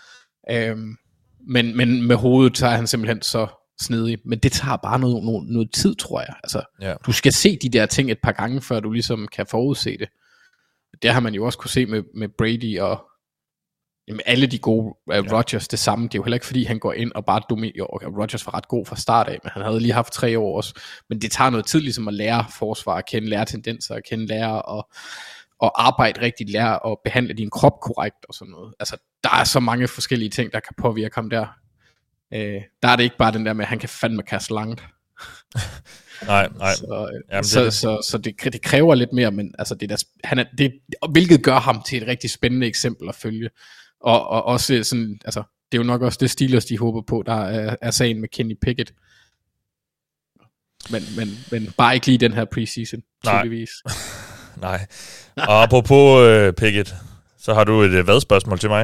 men med hovedet, så er han simpelthen så snedig, men det tager bare noget tid, tror jeg, altså, du skal se de der ting et par gange, før du ligesom kan forudse det. Det har man jo også kunne se med Brady og alle de gode Rodgers det samme. Det er jo heller ikke fordi han går ind og bare dominerer. Rodgers var ret god fra start af, men han havde lige haft 3 år også. Men det tager noget tid ligesom at lære forsvar at kende, lære tendenser at kende, lære at arbejde rigtigt, lære at behandle din krop korrekt og sådan noget. Altså der er så mange forskellige ting der kan påvirke ham der. Der er det ikke bare den der med at han kan fandme kaste langt. Nej. Så det kræver lidt mere, men altså hvilket gør ham til et rigtig spændende eksempel at følge, og også sådan, altså det er jo nok også det Steelers de håber på, der er sagen med Kenny Pickett, men bare ikke lige den her preseason, tydeligvis. Nej. Og apropos Pickett, så har du et hvad-spørgsmål til mig?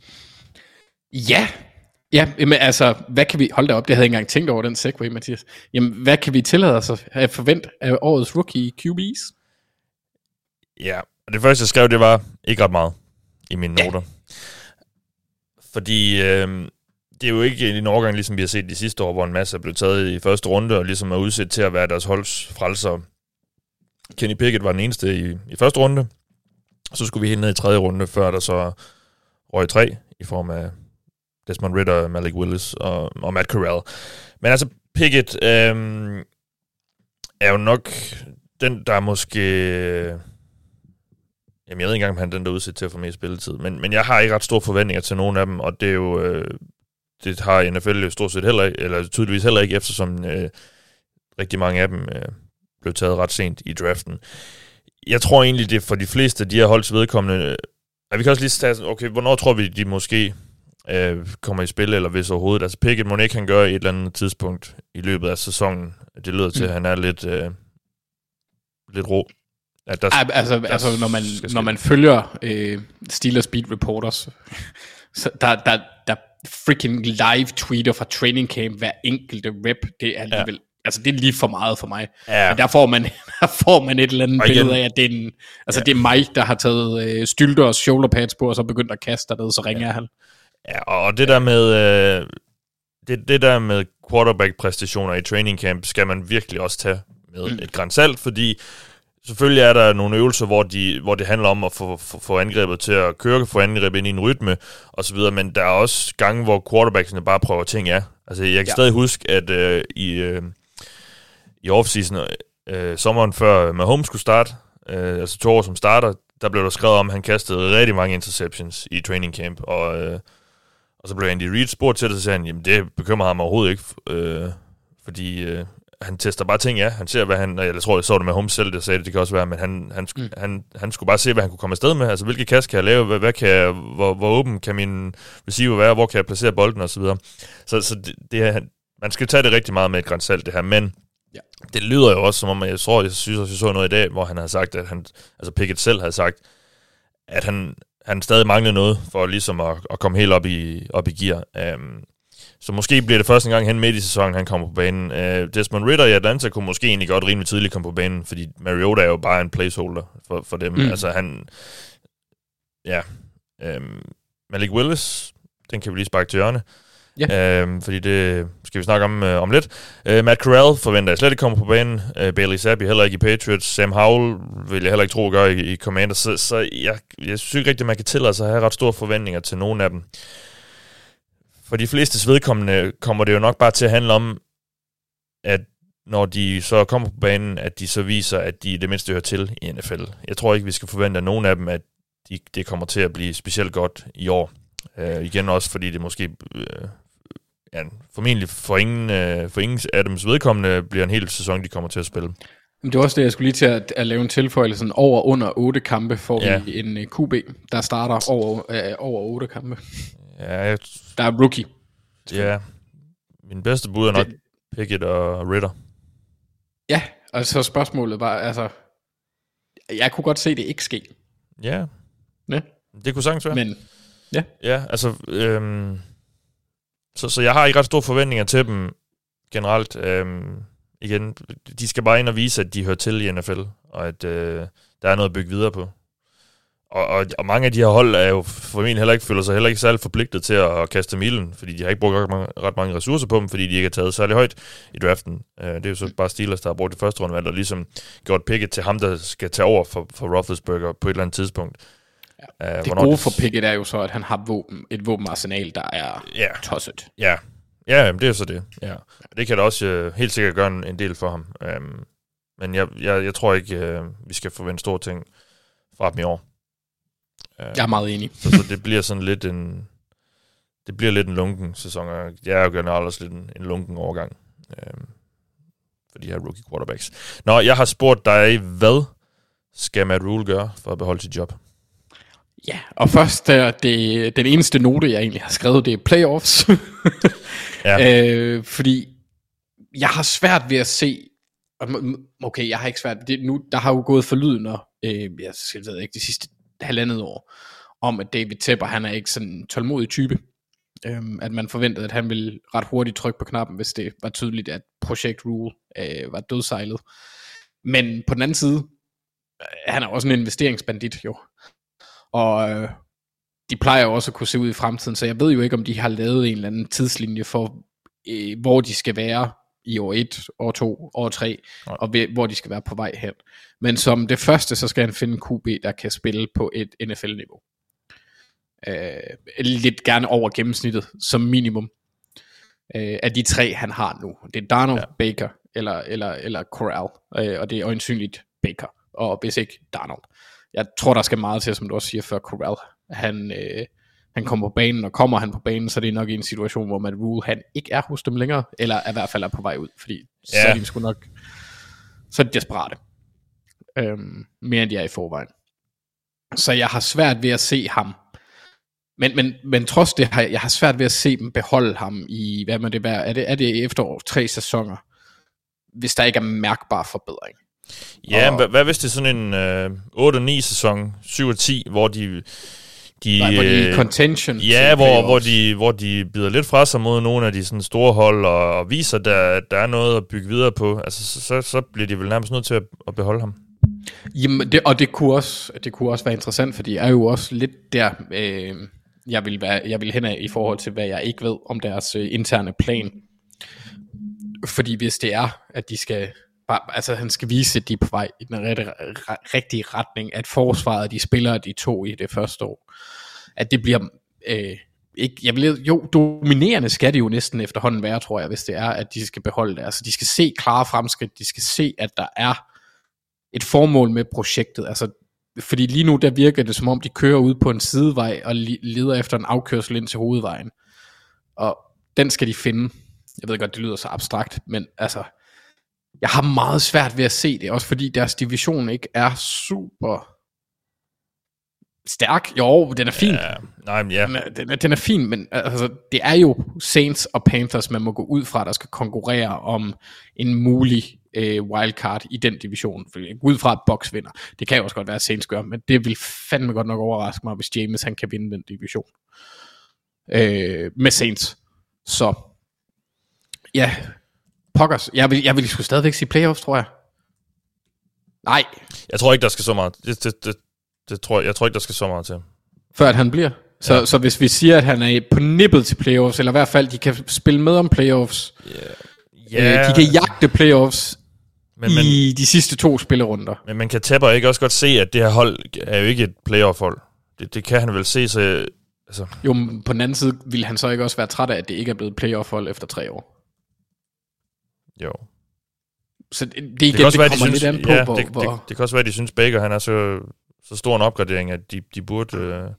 Ja, men altså, hvad kan vi... Hold da op, det havde jeg ikke engang tænkt over, den segway, Mathias. Jamen, hvad kan vi tillade os at forvente af årets rookie QB's? Ja, og det første, jeg skrev, det var ikke ret meget i mine noter. Fordi det er jo ikke en overgang, ligesom vi har set de sidste år, hvor en masse er blevet taget i første runde, og ligesom er udsat til at være deres holds frelser. Kenny Pickett var den eneste i første runde. Så skulle vi helt ned i tredje runde, før der så røg 3 i form af Desmond Ridder, Malik Willis og Matt Corral. Men altså, Pickett er jo nok den, der måske... Jamen, jeg ved ikke engang, om han er den, der er udsat til at få mere spilletid. Men jeg har ikke ret store forventninger til nogen af dem, og det er jo... det har NFL jo stort set heller ikke, eller tydeligvis heller ikke, eftersom rigtig mange af dem blev taget ret sent i draften. Jeg tror egentlig, det er for de fleste af de her holds vedkommende... vi kan også lige tage, okay, hvornår tror vi, de måske... kommer i spil, eller hvis overhovedet. Altså Pickett må ikke han gøre et eller andet tidspunkt i løbet af sæsonen. Det lyder til, at han er lidt rå. Altså når man følger Steelers beat reporters, så der freaking live tweeter fra training camp hver enkelte rep, det er alligevel, altså det er lige for meget for mig. Men der får man et eller andet billede af, at det er det er mig, der har taget stylter og shoulderpads på, og så begyndt at kaste dernede, så ringer han. Ja, og det der med det der med quarterback-præstationer i training camp skal man virkelig også tage med et gran salt, fordi selvfølgelig er der nogle øvelser, hvor det handler om at få angrebet til at køre, få angrebet ind i en rytme og så videre, men der er også gange, hvor quarterbacksene bare prøver ting af. Altså jeg kan stadig huske, at i offseason sommeren før Mahomes skulle starte, altså 2 år som starter, der blev der skrevet om, at han kastede rigtig mange interceptions i training camp, og så blev Andy Reid spurgt til det, så sagde han, jamen det bekymrer ham overhovedet ikke, fordi han tester bare ting af. Han ser, hvad han... Jeg tror, jeg så det med Holmes selv, der sagde det kan også være, men han skulle bare se, hvad han kunne komme afsted med. Altså, hvilke kast kan jeg lave? Hvor åben kan min receiver være? Hvor kan jeg placere bolden? Og så videre. Så man skal tage det rigtig meget med et gran salt, det her, men det lyder jo også, som om, jeg synes også, jeg så noget i dag, hvor han havde sagt, at altså Pickett selv havde sagt, at han stadig manglede noget for ligesom at komme helt op i gear. Så måske bliver det første gang hen midt i sæsonen, han kommer på banen. Desmond Ridder i Atlanta kunne måske egentlig godt rimelig tidligt komme på banen, fordi Mariota er jo bare en placeholder for dem. Altså han... Ja. Malik Willis, den kan vi lige sparke til hjørne. Fordi det skal vi snakke om lidt. Matt Corral forventer jeg slet ikke kommer på banen. Bailey Zappi heller ikke i Patriots. Sam Howell vil jeg heller ikke tro at gøre i Commanders. Så jeg synes ikke rigtigt, at man kan tillade sig at have ret store forventninger til nogen af dem. For de flestes vedkommende kommer det jo nok bare til at handle om, at når de så kommer på banen, at de så viser, at de det mindste hører til i NFL. Jeg tror ikke, vi skal forvente af nogen af dem, at det kommer til at blive specielt godt i år. Igen også, fordi det måske formentlig for ingen af dems vedkommende bliver en hel sæson, de kommer til at spille. Det var også det, jeg skulle lige til at lave en tilføjelse. Over under 8 kampe får vi en QB, der starter over 8 kampe. Ja, der er rookie. Ja, min bedste bud er nok Pickett og Ridder. Ja, og så spørgsmålet var, altså, jeg kunne godt se det ikke ske. Ja. Det kunne sagtens være. Men, ja. Ja, altså... Så jeg har ikke ret store forventninger til dem generelt. Igen, de skal bare ind og vise, at de hører til i NFL, og at der er noget at bygge videre på. Og mange af de her hold er jo formentlig føler sig heller ikke særlig forpligtet til at kaste milen, fordi de har ikke brugt ret mange ressourcer på dem, fordi de ikke er taget særlig højt i draften. Det er jo så bare Steelers, der har brugt det første rundevalg, og ligesom gjort Pickett til ham, der skal tage over for Roethlisberger på et eller andet tidspunkt. Ja. Det gode for Pickett er jo så, at han har et våbenarsenal, der er tosset. Ja, det er jo så det. Ja. Det kan da også helt sikkert gøre en del for ham. Men jeg tror ikke, vi skal forvente store ting fra dem i år. Jeg er meget enig. Så det bliver sådan lidt en lunken sæson, og jeg er jo generelt også lidt en lunken overgang for de her rookie quarterbacks. Nå, jeg har spurgt dig, hvad skal Matt Rule gøre for at beholde sit job? Ja, og først den eneste note, jeg egentlig har skrevet, det er playoffs. Fordi jeg har svært ved at se, okay, jeg har ikke svært, der har jo gået forlydende, jeg ved ikke, de sidste halvandet år, om at David Tepper, han er ikke sådan en tålmodig type, at man forventede, at han ville ret hurtigt trykke på knappen, hvis det var tydeligt, at Project Rule var dødsejlet. Men på den anden side, han er også en investeringsbandit jo, og de plejer jo også at kunne se ud i fremtiden, så jeg ved jo ikke, om de har lavet en eller anden tidslinje for, hvor de skal være i år 1, år 2, år 3, og hvor de skal være på vej hen. Men som det første, så skal han finde en QB, der kan spille på et NFL-niveau. Lidt gerne over gennemsnittet, som minimum, af de 3, han har nu. Det er Darnold, Baker eller Corral, og det er øjensynligt Baker, og hvis ikke Darnold. Jeg tror, der skal meget til, som du også siger før, Corral. Han kommer på banen, og kommer han på banen, så det er nok i en situation, hvor Matt Rule, han ikke er hos dem længere, eller i hvert fald er på vej ud, fordi så er de sgu nok, så er de desperate. Mere end de er i forvejen. Så jeg har svært ved at se ham, men trods det, jeg har svært ved at se dem beholde ham i, hvad må det være, er det efter 3 sæsoner, hvis der ikke er mærkbar forbedring. Ja, hvad hvis det er sådan en 8-9 sæson, 7-10, hvor de contention. Ja, hvor de bider lidt fra sig mod nogle af de sådan store hold og viser, at der er noget at bygge videre på. Altså så bliver de vel nærmest nødt til at beholde ham. Jamen, det kunne også være interessant, fordi jeg er jo også lidt der jeg vil hen af i forhold til hvad jeg ikke ved om deres interne plan. Fordi hvis det er at de skal altså han skal vise, at de er på vej i den rigtige retning, at forsvaret, de spillere, de tog i det første år, at det bliver ikke, dominerende skal det jo næsten efterhånden være, tror jeg, hvis det er, at de skal beholde det. Altså de skal se klare fremskridt, de skal se, at der er et formål med projektet, altså fordi lige nu, der virker det som om, de kører ud på en sidevej, og leder efter en afkørsel ind til hovedvejen, og den skal de finde. Jeg ved godt, det lyder så abstrakt, men altså jeg har meget svært ved at se det, også fordi deres division ikke er super stærk. Jo, den er fin. Den er fin, men altså, det er jo Saints og Panthers, man må gå ud fra, der skal konkurrere om en mulig wildcard i den division. Ud fra at Bucks vinder. Det kan jo også godt være, at Saints gør, men det vil fandme godt nok overraske mig, hvis James han kan vinde den division. Med Saints. Så ja, Pokkers. Jeg vil sgu stadigvæk sige playoffs, tror jeg. Nej. Jeg tror ikke, der skal så meget. Jeg tror ikke, der skal så meget til. Før at han bliver. Så hvis vi siger, at han er på nippet til playoffs, eller i hvert fald, de kan spille med om playoffs. De kan jagte playoffs i de sidste 2 spillerunder. Men man kan Tepper ikke også godt se, at det her hold er jo ikke et playoff-hold. Det kan han vel se, så... Altså. Jo, men på den anden side vil han så ikke også være træt af, at det ikke er blevet playoff-hold efter 3 år. Jo. Så det kan også være, kommer lidt an på, det kan også være, at de synes, Baker han er så stor en opgradering, at de burde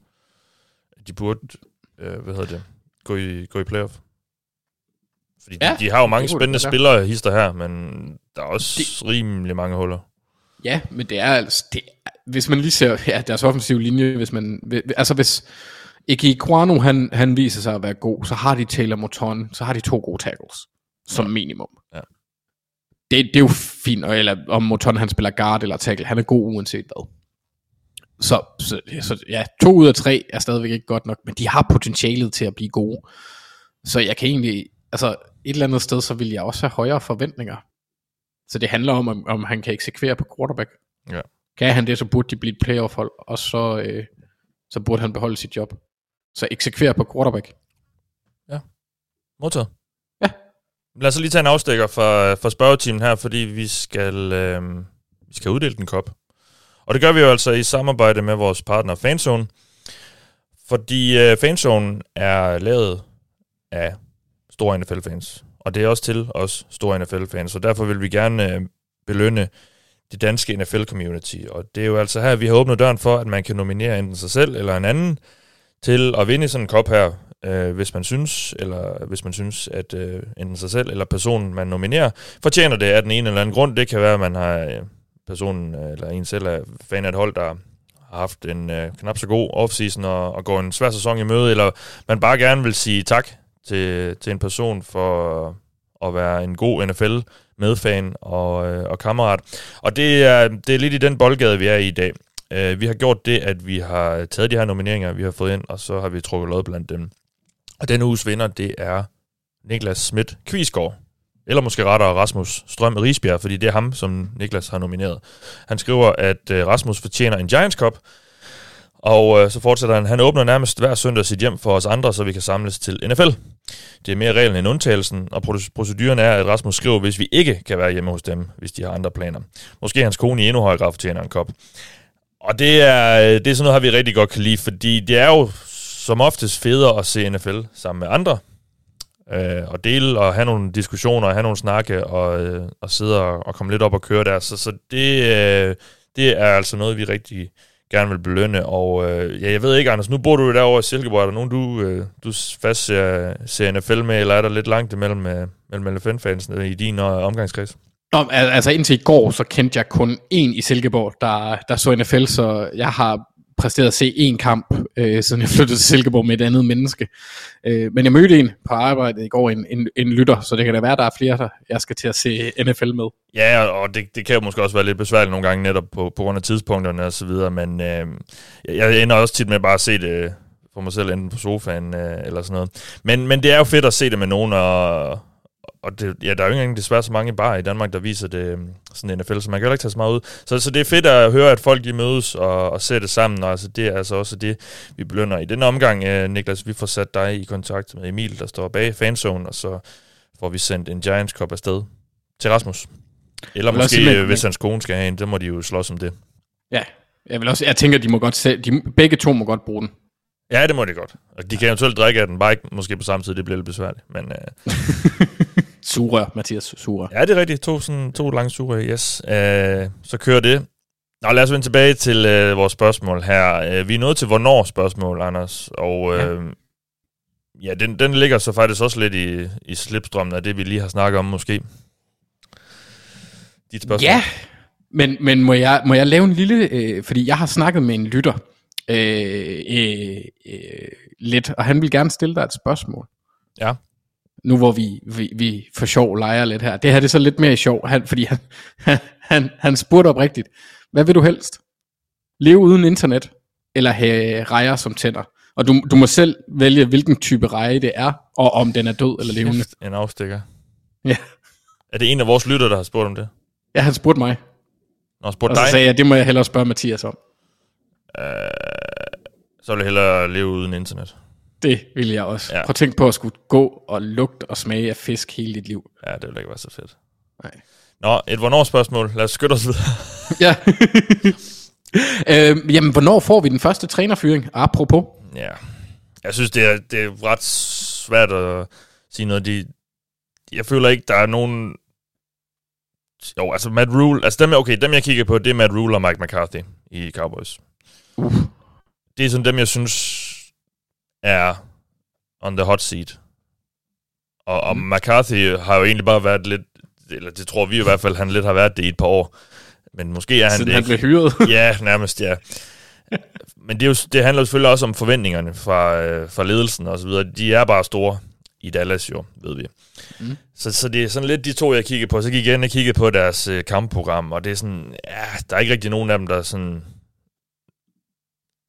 gå i playoff. Fordi de har jo mange spændende spillere hister her, men der er også rimelig mange huller. Ja, men det er altså, hvis man lige ser deres offensive linje, hvis Ike Ekwonu, han viser sig at være god, så har de Taylor Moton, så har de 2 gode tackles, som minimum. Ja. Det er jo fint, eller om Moton han spiller guard eller tackle, han er god uanset hvad. Så ja, 2 ud af 3 er stadigvæk ikke godt nok, men de har potentialet til at blive gode. Så jeg kan egentlig, altså et eller andet sted, så vil jeg også have højere forventninger. Så det handler om han kan eksekvere på quarterback. Ja. Kan han det, så burde de blive et playoff-hold, og så burde han beholde sit job. Så eksekvere på quarterback. Ja, modtaget. Ja. Lad os lige tage en afstikker for spørgetimen her, fordi vi skal uddele den kop. Og det gør vi jo altså i samarbejde med vores partner Fanzone. Fordi Fanzone er lavet af store NFL-fans. Og det er også til os store NFL-fans. Så derfor vil vi gerne belønne det danske NFL-community. Og det er jo altså her, vi har åbnet døren for, at man kan nominere enten sig selv eller en anden til at vinde sådan en kop her, hvis man synes, at enten sig selv eller personen, man nominerer, fortjener det af den ene eller anden grund. Det kan være, at man har personen eller en selv er fan af et hold, der har haft en knap så god offseason og går en svær sæson i møde, eller man bare gerne vil sige tak til en person for at være en god NFL-medfan og kammerat. Og det er lidt i den boldgade, vi er i dag. Vi har gjort det, at vi har taget de her nomineringer, vi har fået ind, og så har vi trukket lod blandt dem. Og denne uges vinder, det er Niklas Schmidt Kvisgaard. Eller måske rettere Rasmus Strøm Risbjerg, fordi det er ham, som Niklas har nomineret. Han skriver, at Rasmus fortjener en Giants Cup, og så fortsætter han. Han åbner nærmest hver søndag sit hjem for os andre, så vi kan samles til NFL. Det er mere reglen end undtagelsen, og proceduren er, at Rasmus skriver, hvis vi ikke kan være hjemme hos dem, hvis de har andre planer. Måske hans kone i endnu højere grad fortjener en kop. Og det er sådan noget, har vi rigtig godt kan lide, fordi det er jo som oftest federe at se NFL sammen med andre, og dele og have nogle diskussioner, og have nogle snakke, og sidde og komme lidt op og køre der. Så det er altså noget, vi rigtig gerne vil belønne. Og jeg ved ikke, Anders, nu bor du jo derovre i Silkeborg. Er der nogen, du fast ser NFL med, eller er der lidt langt imellem NFL-fansene i din omgangskreds? Altså indtil i går, så kendte jeg kun en i Silkeborg, der så NFL, så jeg har præsteret at se en kamp, siden jeg flyttede til Silkeborg med et andet menneske. Men jeg mødte en på arbejdet i går, en lytter, så det kan da være, der er flere, der jeg skal til at se NFL med. Ja, og det kan jo måske også være lidt besværligt nogle gange, netop på grund af tidspunkterne og så videre, men jeg ender også tit med bare at se det for mig selv, enten på sofaen eller sådan noget. Men det er jo fedt at se det med nogen, og det, ja, der er jo ikke engang desværre så mange barer i Danmark, der viser det sådan NFL, så man kan jo ikke tage så meget ud. Så det er fedt at høre, at folk de mødes og ser det sammen, og altså, det er altså også det, vi belønner. I den omgang, Niklas, vi får sat dig i kontakt med Emil, der står bag Fanzone, og så får vi sendt en Giants Cup afsted til Rasmus. Eller måske, hvis hans kone skal have en, så må de jo slås om det. Ja, jeg tænker, de må godt begge to må godt bruge den. Ja, det må de godt. Og de kan eventuelt drikke af den, bare ikke måske på samme tid, det bliver lidt besværligt, men... Sugerør, Mathias, sugerør. Ja, det er rigtigt. To lange sugerør, yes. Så kører det. Nå, lad os vende tilbage til vores spørgsmål her. Vi er nået til hvornår spørgsmål, Anders, og ja, den ligger så faktisk også lidt i slipstrømmen af det, vi lige har snakket om, måske. Dit spørgsmål. Ja, men må jeg lave en lille... fordi jeg har snakket med en lytter lidt, og han vil gerne stille dig et spørgsmål. Ja. Nu hvor vi for sjov leger lidt her. Det her det er så lidt mere sjov, fordi han spurgte oprigtigt, hvad vil du helst? Leve uden internet, eller have rejer som tænder? Og du må selv vælge, hvilken type reje det er, og om den er død eller levende. En afstikker. Ja. Er det en af vores lytter, der har spurgt om det? Ja, han spurgte mig. Nå, spurgte og så dig? sagde jeg, det må jeg hellere spørge Mathias om. Så vil jeg hellere leve uden internet. Det vil jeg også. Ja. Prøv at tænke på at skulle gå og lugte og smage af fisk hele dit liv. Ja, det vil ikke være så fedt. Nej. Nå, et hvornår spørgsmål. Lad os skynde os videre. Ja. Jamen, hvornår får vi den første trænerfyring? Apropos. Ja. Jeg synes, det er ret svært at sige noget. Jeg føler ikke, der er nogen... Jo, altså Matt Rule... Altså dem jeg kigger på, det er Matt Rule og Mike McCarthy i Cowboys. Det er sådan dem, jeg synes er on the hot seat. Og McCarthy har jo egentlig bare været lidt... Eller det tror vi i hvert fald, han lidt har været det i et par år. Men måske er han siden det han blev hyret. Ja, nærmest, ja. Men det handler jo selvfølgelig også om forventningerne fra ledelsen og så videre. De er bare store i Dallas jo, ved vi. Mm. Så det er sådan lidt de to, jeg kigger på. Så gik jeg ind og kiggede på deres kampprogram, og det er sådan, ja, der er ikke rigtig nogen af dem, der sådan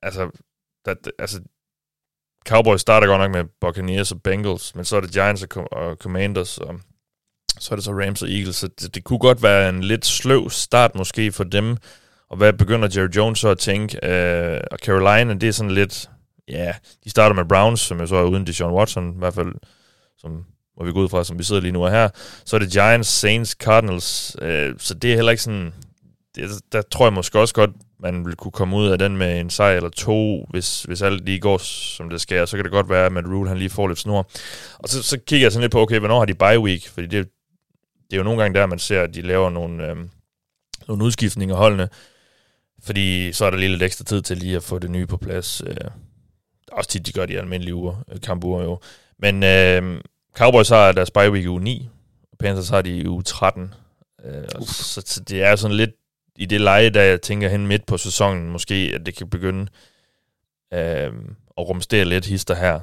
Cowboys starter godt nok med Buccaneers og Bengals, men så er det Giants og Commanders, og så er det så Rams og Eagles, så det kunne godt være en lidt sløv start måske for dem, og hvad begynder Jerry Jones så at tænke, og Carolina, det er sådan lidt, de starter med Browns, som jo så er uden Deshaun Watson, i hvert fald, som hvor vi går ud fra, som vi sidder lige nu her, så er det Giants, Saints, Cardinals, så det er heller ikke sådan, der tror jeg måske også godt, man vil kunne komme ud af den med en sejr eller to, hvis alt lige går, som det skal, så kan det godt være, at Matt Rule, han lige får lidt snor. Og så kigger jeg sådan lidt på, okay, hvornår har de bye week? Fordi det er jo nogle gange der, man ser, at de laver nogle udskiftninger holdene, fordi så er der lige lidt ekstra tid til lige at få det nye på plads. Også tit, de gør de almindelige kampuger jo. Men Cowboys har deres bye week i uge 9, og Panthers har de i uge 13. Så det er sådan lidt i det leje, der jeg tænker hen midt på sæsonen, måske, at det kan begynde at rumstere lidt hister her.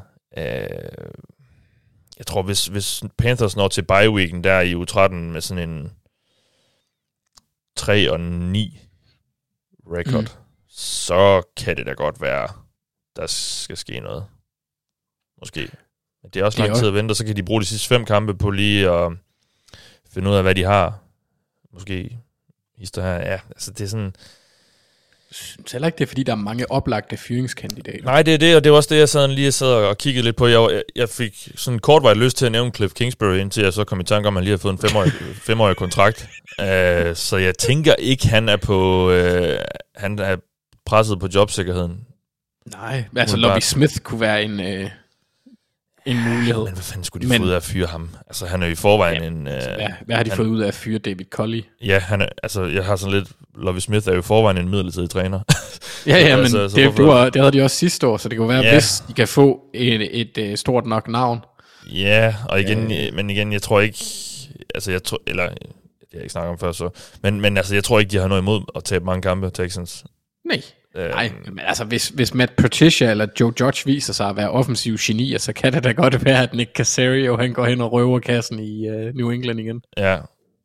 Jeg tror, hvis Panthers når til bye weeken der i uge 13 med sådan en 3-9 record, så kan det da godt være, der skal ske noget. Måske. Men det er også lang tid at vente, og så kan de bruge de sidste 5 kampe på lige at finde ud af, hvad de har. Måske hister her. Ja, altså det er sådan... Jeg synes heller ikke, det er fordi, der er mange oplagte fyringskandidater. Nej, det er det, og det var også det, jeg sad og kiggede lidt på. Jeg fik sådan kortvarigt lyst til at nævne Cliff Kingsbury, indtil jeg så kom i tanke om, at han lige har fået en 5-årig kontrakt. Så jeg tænker ikke, han er presset på jobsikkerheden. Nej, altså Lovie Smith kunne være en mulighed. Men hvad fanden skulle de få ud af at fyre ham? Altså, han er jo i forvejen en... Hvad har de fået ud af at fyre David Culley? Ja, jeg har sådan lidt... Lovie Smith er jo i forvejen en midlertidig træner. Men det havde de også sidste år, så det kan være, hvis de kan få et stort nok navn. Ja, og igen, men igen, jeg tror ikke... Altså, det har jeg ikke snakket om før, så... Men altså, jeg tror ikke, de har noget imod at tabe mange kampe, Texans. Nej, men altså hvis Matt Patricia eller Joe Judge viser sig at være offensiv genier, så kan det da godt være, at Nick Caserio, han går hen og røver kassen i New England igen. Ja,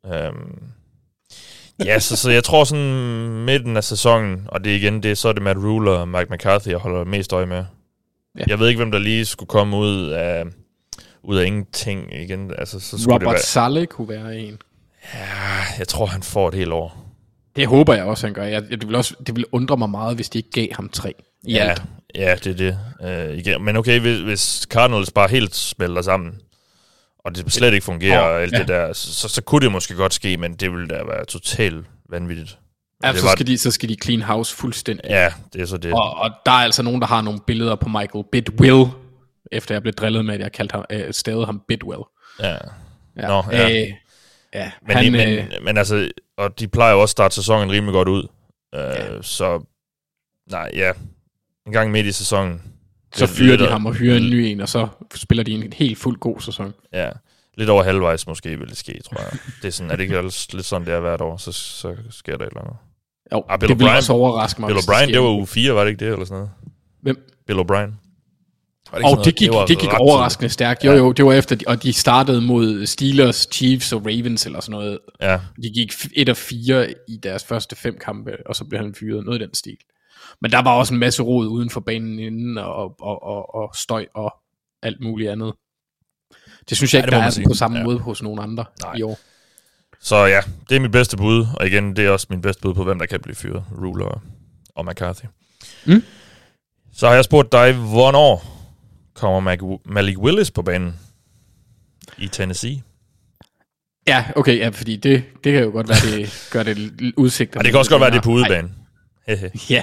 så jeg tror sådan midten af sæsonen, og det er igen, så er det Matt Rule og Mike McCarthy, jeg holder mest øje med. Ja. Jeg ved ikke, hvem der lige skulle komme ud af ingenting igen. Altså, så skulle Robert Saleh kunne være en. Ja, jeg tror, han får et helt år. Det håber jeg også, han gør. Det vil undre mig meget, hvis de ikke gav ham 3 i alt. Ja, det er det. Men okay, hvis Cardinals bare helt smelter sammen, og det slet ikke fungerer, og alt det der, så kunne det måske godt ske, men det ville da være totalt vanvittigt. Så skal de clean house fuldstændig. Ja, det er så det. Og der er altså nogen, der har nogle billeder på Michael Bidwill, efter jeg blev drillet med, at jeg kaldte ham, stavet ham Bidwill. Ja. Nå, ja. Men altså, og de plejer jo også at starte sæsonen rimelig godt ud. Så, en gang midt i sæsonen. Så fyrer de ham og hyrer en ny en, og så spiller de en helt fuld god sæson. Ja, lidt over halvvejs måske vil det ske, tror jeg. Det er sådan, er det ikke lidt sådan, det er hvert år, så sker der et eller andet. Jo, det vil også overraske mig. Bill O'Brien, det var uge 4, var det ikke det, eller sådan noget? Hvem? Bill O'Brien. Det gik overraskende stærkt. Jo, det var efter, og de startede mod Steelers, Chiefs og Ravens eller sådan noget. Ja. De gik 1-4 i deres første 5 kampe, og så blev han fyret, noget i den stil. Men der var også en masse rod uden for banen inden, og støj og alt muligt andet. Det synes jeg ikke, der er på samme måde hos nogen andre i år. Så ja, det er mit bedste bud, og igen, det er også min bedste bud på, hvem der kan blive fyret. Rule og McCarthy. Så har jeg spurgt dig, hvornår kommer Malik Willis på banen i Tennessee? Ja, okay, ja, fordi det kan jo godt være, det gør det udsigter. Og det kan også godt være, det er på udebane. Ja.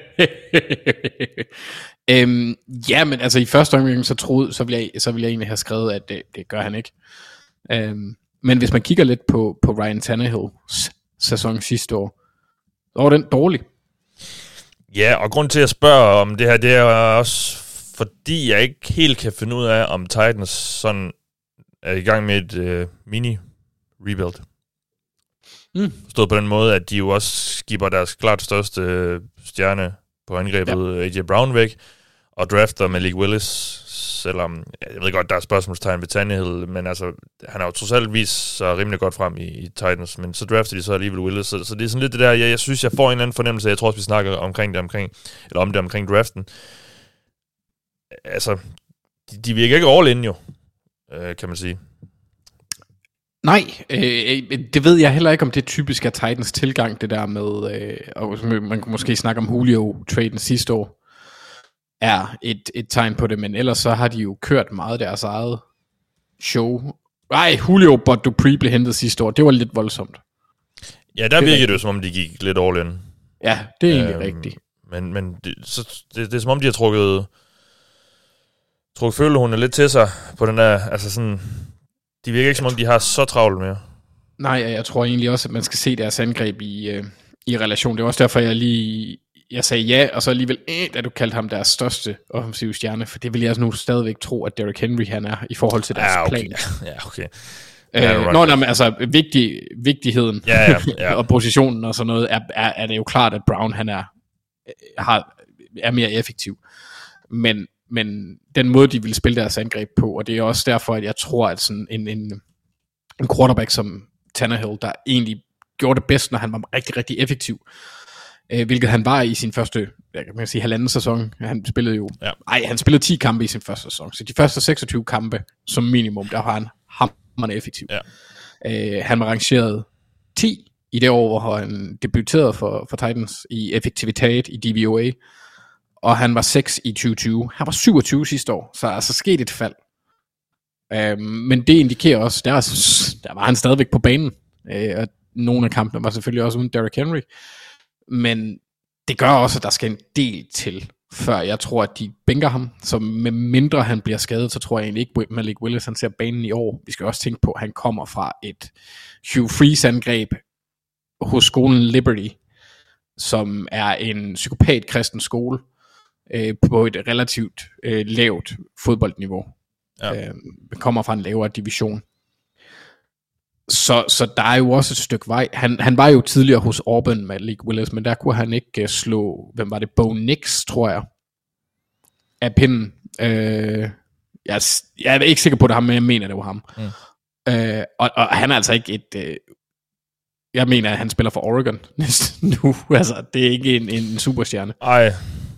Ja, men altså i første omgang, så ville jeg egentlig have skrevet, at det gør han ikke. Men hvis man kigger lidt på Ryan Tannehills sæson sidste år, så var den dårlig. Ja, og grund til at spørge om det her, det er også fordi jeg ikke helt kan finde ud af, om Titans sådan er i gang med et mini-rebuild. Stået på den måde, at de jo også skipper deres klart største stjerne på angrebet, AJ Brown væk, og drafter Malik Willis selvom jeg ved godt, der er spørgsmålstegn ved Tannehill, men altså, han har jo trods alt vist sig rimelig godt frem i Titans, men så drafter de så alligevel Willis, så det er sådan lidt det der, jeg synes, jeg får en eller anden fornemmelse, jeg tror også, vi snakker om det omkring draften. Altså, de virker ikke all in jo, kan man sige. Nej, det ved jeg heller ikke, om det typisk er Titans tilgang, det der med, og man kunne måske snakke om Julio-traden sidste år, er et tegn på det, men ellers så har de jo kørt meget deres eget show. Nej, Julio Bud Dupree blev hentet sidste år, det var lidt voldsomt. Ja, der virkede det jo, som om de gik lidt all in. Ja, det er egentlig rigtigt. Men det er som om, de har trukket følehundene lidt til sig på den der, altså sådan... De virker ikke, som om de har så travlt mere. Nej, jeg tror egentlig også, at man skal se deres angreb i relation. Det er også derfor, jeg sagde ja, og så alligevel da du kaldte ham deres største offensive stjerne, for det vil jeg nu stadigvæk tro, at Derrick Henry han er i forhold til deres plan. Ja, okay. Men altså vigtigheden og positionen og sådan noget, er det jo klart, at Brown han er mere effektiv. Men den måde, de ville spille deres angreb på, og det er også derfor, at jeg tror, at sådan en quarterback som Tannehill, der egentlig gjorde det bedst, når han var rigtig, rigtig effektiv, hvilket han var i sin første, jeg kan sige, halvanden sæson. Han spillede jo, han spillede 10 kampe i sin første sæson, så de første 26 kampe som minimum, der var han hamrende effektiv. Ja. Han var rangeret 10 i det år, hvor han debuterede for Titans i effektivitet i DVOA, og han var 6 i 2020. Han var 27 sidste år, så altså sket et fald. Men det indikerer også, der var han stadigvæk på banen, og nogle af kampene var selvfølgelig også uden Derrick Henry, men det gør også, at der skal en del til, før jeg tror, at de bænker ham, så med mindre han bliver skadet, så tror jeg egentlig ikke, Malik Willis han ser banen i år. Vi skal også tænke på, at han kommer fra et Hugh Freeze-angreb hos skolen Liberty, som er en psykopat-kristen skole, på et relativt lavt fodboldniveau. Ja. Kommer fra en lavere division. Så der er jo også et stykke vej. Han var jo tidligere hos Auburn med Malik Willis, men der kunne han ikke slå, hvem var det, Bo Nix, tror jeg, af pinden. Jeg er ikke sikker på det ham, men jeg mener, det var ham. Og han er altså ikke et... jeg mener, at han spiller for Oregon nu. Altså, det er ikke en superstjerne. Ej.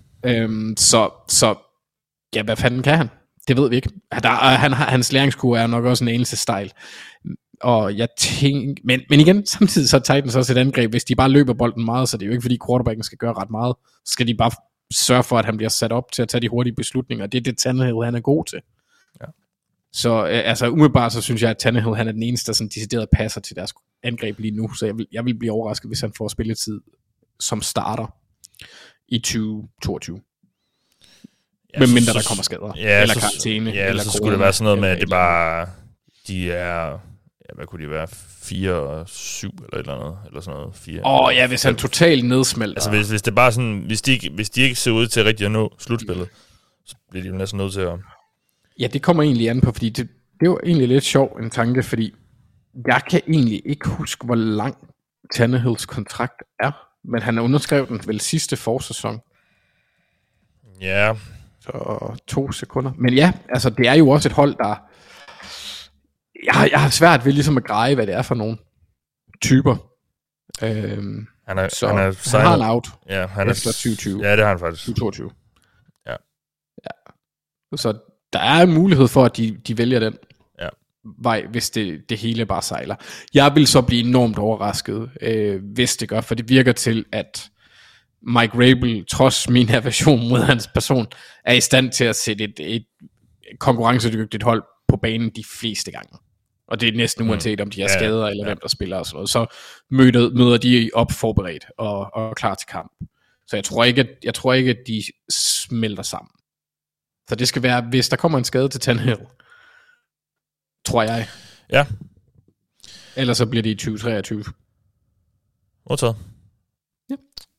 Så ja, hvad fanden kan han? Det ved vi ikke. Hans læringskurve er nok også en enelse stejl. Og jeg tænker, men igen, samtidig så er Titans også et angreb, hvis de bare løber bolden meget, så det er jo ikke fordi quarterbacken skal gøre ret meget, så skal de bare sørge for, at han bliver sat op til at tage de hurtige beslutninger. Det er det Tannehill han er god til. Ja. Så altså umiddelbart så synes jeg, at Tannehill han er den eneste, der sådan decideret passer til deres angreb lige nu, så jeg vil blive overrasket, hvis han får spilletid som starter i 2022. Ja, med mindre der kommer skader. Ja, eller karantæne. Ja, eller så skulle det være sådan noget med, at det bare... De er... Ja, hvad kunne de være? 4 og 7 eller et eller andet? Eller sådan noget. 4. Ja, hvis han totalt nedsmelter. Altså, hvis det bare sådan... Hvis de ikke ser ud til rigtig at nå slutspillet, så bliver de jo næsten nødt til at... Ja, det kommer egentlig an på, fordi det er jo egentlig lidt sjov en tanke, fordi jeg kan egentlig ikke huske, hvor lang Tannehills kontrakt er, men han har underskrevet den vel sidste forsæson. Ja. Så 2 sekunder. Men ja, altså det er jo også et hold, der... Jeg har svært ved ligesom at greje, hvad det er for nogle typer. Han har en out efter 2020. Ja, det har han faktisk. 2022. Ja. Så der er en mulighed for, at de vælger den vej, hvis det hele bare sejler. Jeg vil så blive enormt overrasket, hvis det gør, for det virker til, at Mike Rabel, trods min aversion mod hans person, er i stand til at sætte et konkurrencedygtigt hold på banen de fleste gange. Og det er næsten uanset, om de har skader, eller hvem der spiller og sådan noget. Så møder de op forberedt og klar til kamp. Så jeg tror ikke, at de smelter sammen. Så det skal være, hvis der kommer en skade til Tannehill, tror jeg. Ja. Ellers så bliver det i 2023. Modtaget. Ja.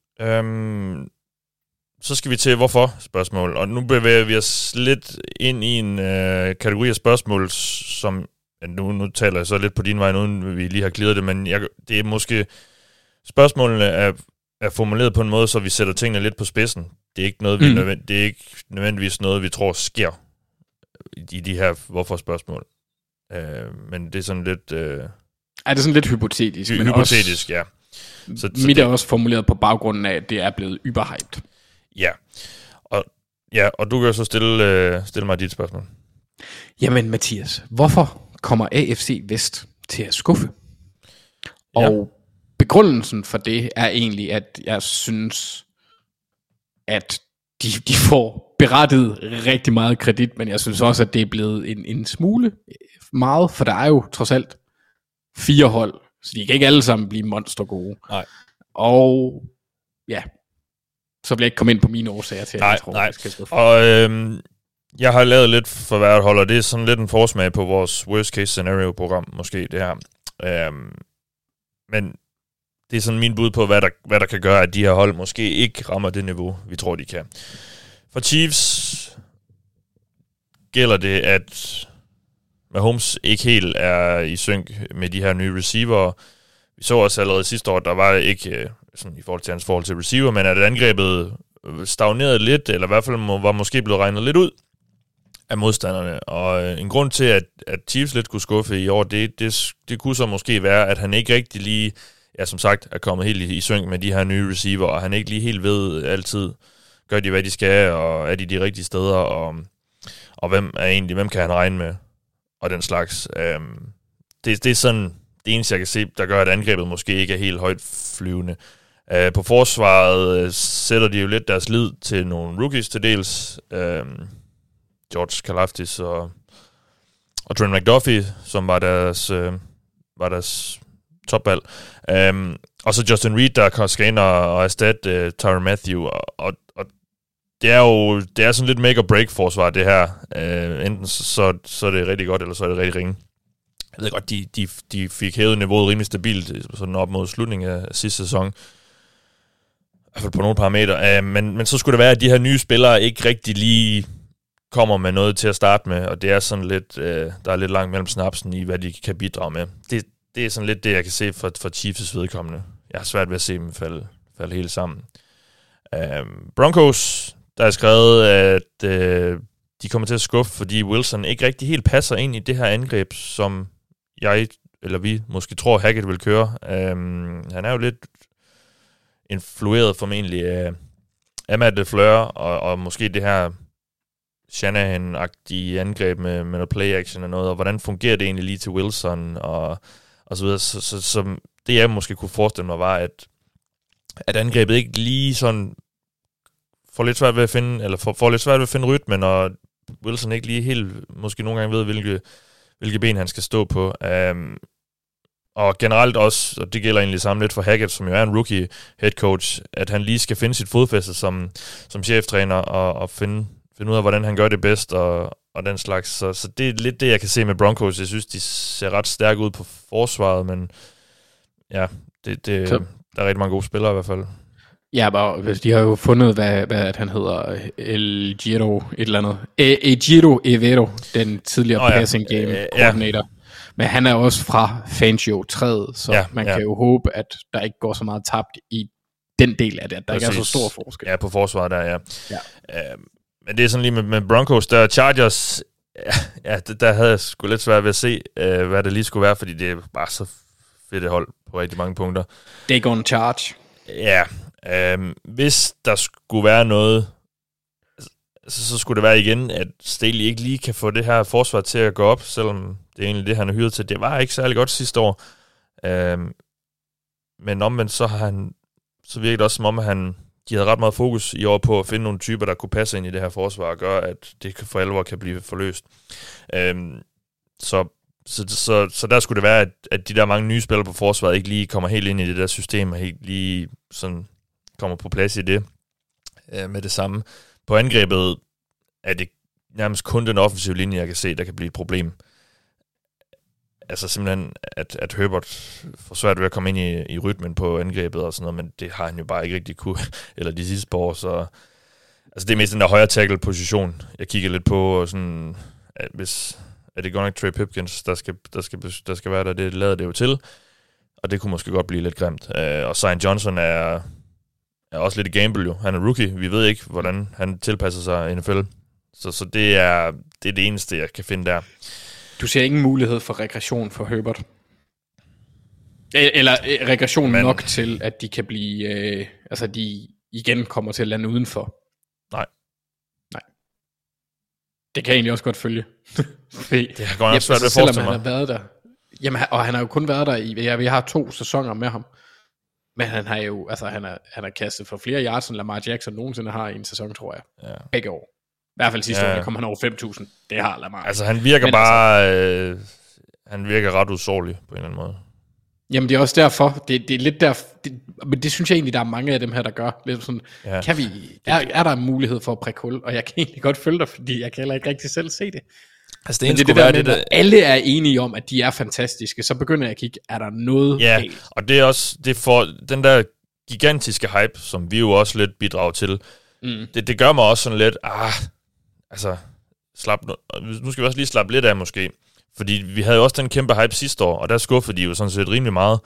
Så skal vi til hvorfor-spørgsmål. Og nu bevæger vi os lidt ind i en kategori af spørgsmål, som... Nu taler jeg så lidt på din vej, uden vi lige har glidet det, men det er måske... Spørgsmålene er formuleret på en måde, så vi sætter tingene lidt på spidsen. Det er ikke noget, det er ikke nødvendigvis noget, vi tror sker i de her hvorfor-spørgsmål. Men det er sådan lidt... det er sådan lidt hypotetisk. Men hypotetisk, også, ja. Så mit er også formuleret på baggrunden af, at det er blevet überhyped. Ja, og du kan jo så stille mig dit spørgsmål. Jamen Mathias, hvorfor kommer AFC Vest til at skuffe? Og begrundelsen for det er egentlig, at jeg synes, at de får berettet rigtig meget kredit, men jeg synes også, at det er blevet en smule meget, for der er jo trods alt 4 hold, så de kan ikke alle sammen blive monstergode. Nej. Og ja, så vil jeg ikke komme ind på mine årsager til, at jeg tror, jeg skal skuffe. Og jeg har lavet lidt for hvert hold, og det er sådan lidt en forsmag på vores worst case scenario program, måske det her. Men det er sådan min bud på, hvad der kan gøre, at de her hold måske ikke rammer det niveau, vi tror, de kan. For Chiefs gælder det, at Mahomes ikke helt er i synk med de her nye receiver. Vi så også allerede sidste år, der var ikke sådan i forhold til hans forhold til receiver, men at angrebet stagnerede lidt, eller i hvert fald var måske blevet regnet lidt ud af modstanderne. Og en grund til, at Chiefs lidt kunne skuffe i år, det kunne så måske være, at han ikke rigtig lige, som sagt, er kommet helt i synk med de her nye receiver, og han ikke lige helt ved altid, gør de, hvad de skal, og er de rigtige steder, og hvem kan han regne med, og den slags. Det er sådan det eneste, jeg kan se, der gør, at angrebet måske ikke er helt højt flyvende. På forsvaret sætter de jo lidt deres lid til nogle rookies til dels. George Karlaftis og Trent McDuffie, som var deres topvalg. Og så Justin Reed, der skal ind og erstatte Tyrann Mathieu. Og det er sådan lidt make or break forsvar, det her. Enten så er det rigtig godt, eller så er det rigtig ringe. Jeg ved godt, de fik hævet niveauet rimelig stabilt, sådan op mod slutningen af sidste sæson. I hvert fald på nogle parametre. Men så skulle det være, at de her nye spillere ikke rigtig lige kommer med noget til at starte med, og det er sådan lidt, der er lidt langt mellem snapsen i, hvad de kan bidrage med. Det er sådan lidt det, jeg kan se for Chiefs' vedkommende. Jeg har svært ved at se dem falde helt sammen. Broncos, der er skrevet, at de kommer til at skuffe, fordi Wilson ikke rigtig helt passer ind i det her angreb, som vi måske tror, Hackett vil køre. Han er jo lidt influeret formentlig af Matt LaFleur, og måske det her Shanahan-agtige angreb med noget play-action og noget, og hvordan fungerer det egentlig lige til Wilson, og så videre. Så det jeg måske kunne forestille mig var, at angrebet ikke lige sådan får lidt svært ved at finde rytmen, og Wilson ikke lige helt måske nogle gange ved, hvilke ben han skal stå på. Og generelt også, og det gælder egentlig sammen lidt for Hackett, som jo er en rookie head coach, at han lige skal finde sit fodfæste som cheftræner og finde ud af, hvordan han gør det bedst og den slags. Så det er lidt det, jeg kan se med Broncos. Jeg synes, de ser ret stærke ud på forsvaret, men ja, der er rigtig mange gode spillere i hvert fald. Ja, men de har jo fundet, hvad han hedder, El Giro, et eller andet. Ejiro Evero, den tidligere passing game coordinator. Men han er også fra Fangio-træet, så man kan jo håbe, at der ikke går så meget tabt i den del af det, at der ikke er så stor forskel. Ja, på forsvaret der, ja. Men det er sådan lige med Broncos, der Chargers, der havde jeg sgu lidt svært ved at se, hvad det lige skulle være, fordi det er bare så fedt et hold på rigtig mange punkter. They gonna charge. Ja, hvis der skulle være noget, så skulle det være igen, at Staley ikke lige kan få det her forsvar til at gå op, selvom det er egentlig det, han er hyret til. Det var ikke særlig godt sidste år. Men omvendt, så virkede det også som om, at de havde ret meget fokus i år på at finde nogle typer, der kunne passe ind i det her forsvar og gøre, at det for alvor kan blive forløst. Så der skulle det være, at de der mange nye spillere på forsvaret ikke lige kommer helt ind i det der system, og helt lige sådan kommer på plads i det med det samme. På angrebet er det nærmest kun den offensive linje, jeg kan se, der kan blive et problem. Altså simpelthen, at Herbert får svært ved at komme ind i rytmen på angrebet og sådan noget, men det har han jo bare ikke rigtig kunne, eller de sidste par år, så altså det er mest den der højre tackle-position, jeg kigger lidt på, og sådan, er det godt nok Trey Pipkins, der skal være der, det lader det jo til, og det kunne måske godt blive lidt grimt. Og Zion Johnson er også lidt i gamble jo, han er rookie, vi ved ikke, hvordan han tilpasser sig NFL, Så det er det eneste, jeg kan finde der. Du ser ingen mulighed for regression for Herbert? Eller regression nok til, at de kan blive... altså, de igen kommer til at lande udenfor? Nej. Det kan jeg egentlig også godt følge. Det har godt nok svært ved at forestille mig. Han har været der. Jamen, og han har jo kun været der i... Ja, vi har 2 sæsoner med ham. Men han har jo... Altså, han har kastet for flere yards, end Lamar Jackson nogensinde har i en sæson, tror jeg. Ja. Begge år. I hvert fald sidste år, der kom han over 5.000. Det har Lamar. Altså, han virker bare... han virker ret usårlig på en eller anden måde. Jamen, det er også derfor. Det er lidt der... men det synes jeg egentlig, der er mange af dem her, der gør. Lidt sådan, kan vi... Er der en mulighed for at prikke hul? Og jeg kan egentlig godt følge dig, fordi jeg kan heller ikke rigtig selv se det. Altså, det der med, at alle er enige om, at de er fantastiske, så begynder jeg at kigge, er der noget galt? Og det er også... Det får den der gigantiske hype, som vi jo også lidt bidrager til, det gør mig også sådan lidt... altså... Nu skal vi også lige slappe lidt af, måske. Fordi vi havde jo også den kæmpe hype sidste år, og der skuffede de jo sådan set rimelig meget.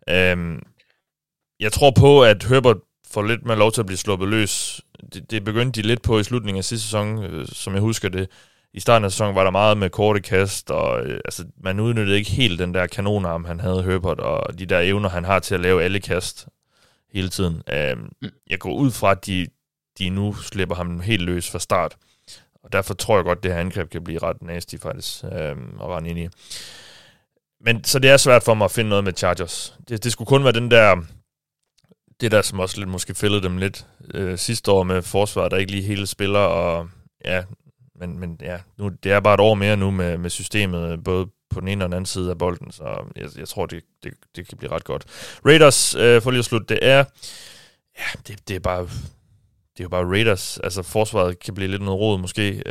Jeg tror på, at Herbert får lidt mere lov til at blive sluppet løs. Det begyndte de lidt på i slutningen af sidste sæson, som jeg husker det. I starten af sæsonen var der meget med korte kast, og altså, man udnyttede ikke helt den der kanonarm, han havde, Herbert, og de der evner, han har til at lave alle kast hele tiden. Jeg går ud fra, at de nu slipper ham helt løs fra start. Og derfor tror jeg godt, det her angreb kan blive ret nasty faktisk, og rende ind i. Men så det er svært for mig at finde noget med Chargers. Det skulle kun være det der, som også lidt måske fældede dem lidt sidste år med forsvaret, der ikke lige hele spiller, og ja, men ja, nu, det er bare et år mere nu med systemet, både på den ene og den anden side af bolden, så jeg tror, det kan blive ret godt. Raiders, for lige at slutte, det er bare... Det er jo bare Raiders, altså forsvaret kan blive lidt noget rod måske,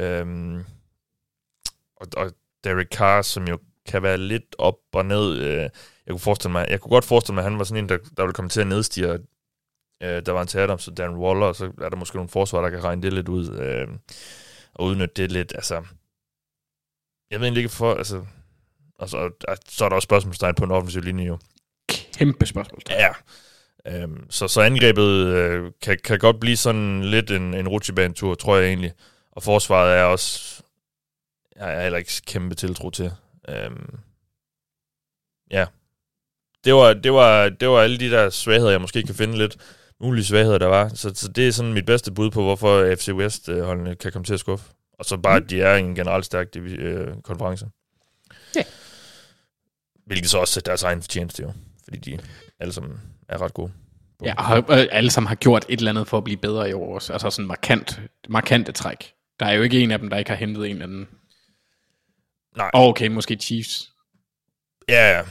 og Derek Carr, som jo kan være lidt op og ned. Jeg kunne godt forestille mig, at han var sådan en, der ville komme til at nedstige. Der var en til Adams og Darren Waller, og så er der måske nogle forsvar, der kan regne det lidt ud, og udnytte det lidt. Altså, jeg ved egentlig ikke for, altså, og så er der også spørgsmålstegn på en offensiv linje jo. Kæmpe spørgsmålstegn. Ja. Så angrebet kan godt blive sådan lidt en rutsjebanetur, tror jeg egentlig. Og forsvaret er også... Jeg er heller ikke kæmpe tiltro til. Ja. Det var alle de der svagheder, jeg måske kan finde lidt. Mulige svagheder, der var. Så det er sådan mit bedste bud på, hvorfor FC West-holdene kan komme til at skuffe. Og så bare, at de er en generelt stærk konference. Ja. Hvilket så også sætter deres egen fortjeneste jo. Fordi de alle sammen er ret gode. Ja, og alle sammen har gjort et eller andet for at blive bedre i år også. Altså sådan markante træk. Der er jo ikke en af dem, der ikke har hentet en eller anden. Nej. Okay, måske Chiefs. Ja.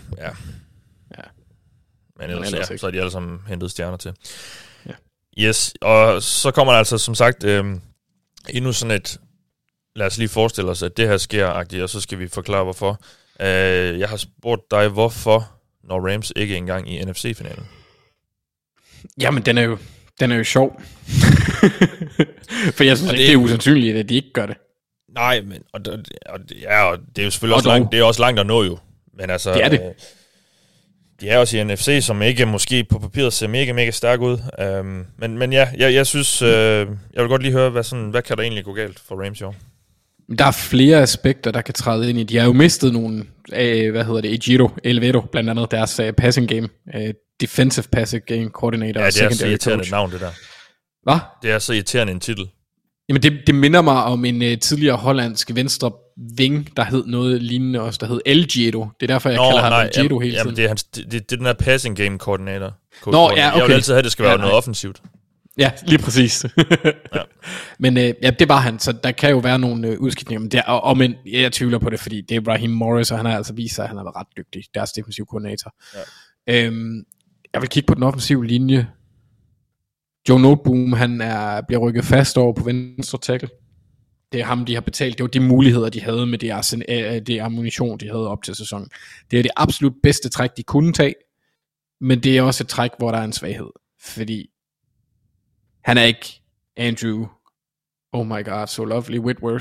Men ellers så er de alle sammen hentet stjerner til. Ja. Yes, og så kommer der altså som sagt endnu sådan et, lad os lige forestille os, at det her sker-agtigt, og så skal vi forklare hvorfor. Jeg har spurgt dig, hvorfor når Rams ikke engang i NFC-finalen? Jamen, den er jo sjov. For jeg synes ikke, det er usandsynligt, at de ikke gør det. Nej, men og det er jo selvfølgelig også langt, det er også langt at nå jo. Men altså, det er det. De er også i NFC, som ikke måske på papiret ser mega, mega stærk ud. Men ja, jeg synes, jeg vil godt lige høre, hvad kan der egentlig gå galt for Rams i år? Der er flere aspekter, der kan træde ind i. De har jo mistet nogle, Elvedo, blandt andet deres passing game, defensive passing game coordinator. Ja, det er så irriterende et navn, det der. Hvad? Det er så irriterende en titel. Jamen, det minder mig om en tidligere hollandsk venstre wing, der hed noget lignende også, der hed El Giedo. Det er derfor, jeg kalder ham El Giedo hele tiden. Jamen, det er den her passing game koordinator. Ja, okay. Jeg vil altid have, at det skal være noget offensivt. Ja, lige præcis. Ja. Men det var han, så der kan jo være nogle udskiftninger, men jeg tvivler på det, fordi det er Raheem Morris, og han har altså vist sig, at han har været ret dygtig, deres defensiv koordinator. Ja. Jeg vil kigge på den offensive linje. Joe Noteboom, han bliver rykket fast over på venstre tackle. Det er ham, de har betalt. Det var de muligheder, de havde med det ammunition, de havde op til sæsonen. Det er det absolut bedste træk, de kunne tage, men det er også et træk, hvor der er en svaghed, fordi han er ikke Andrew, oh my god, so lovely Whitworth,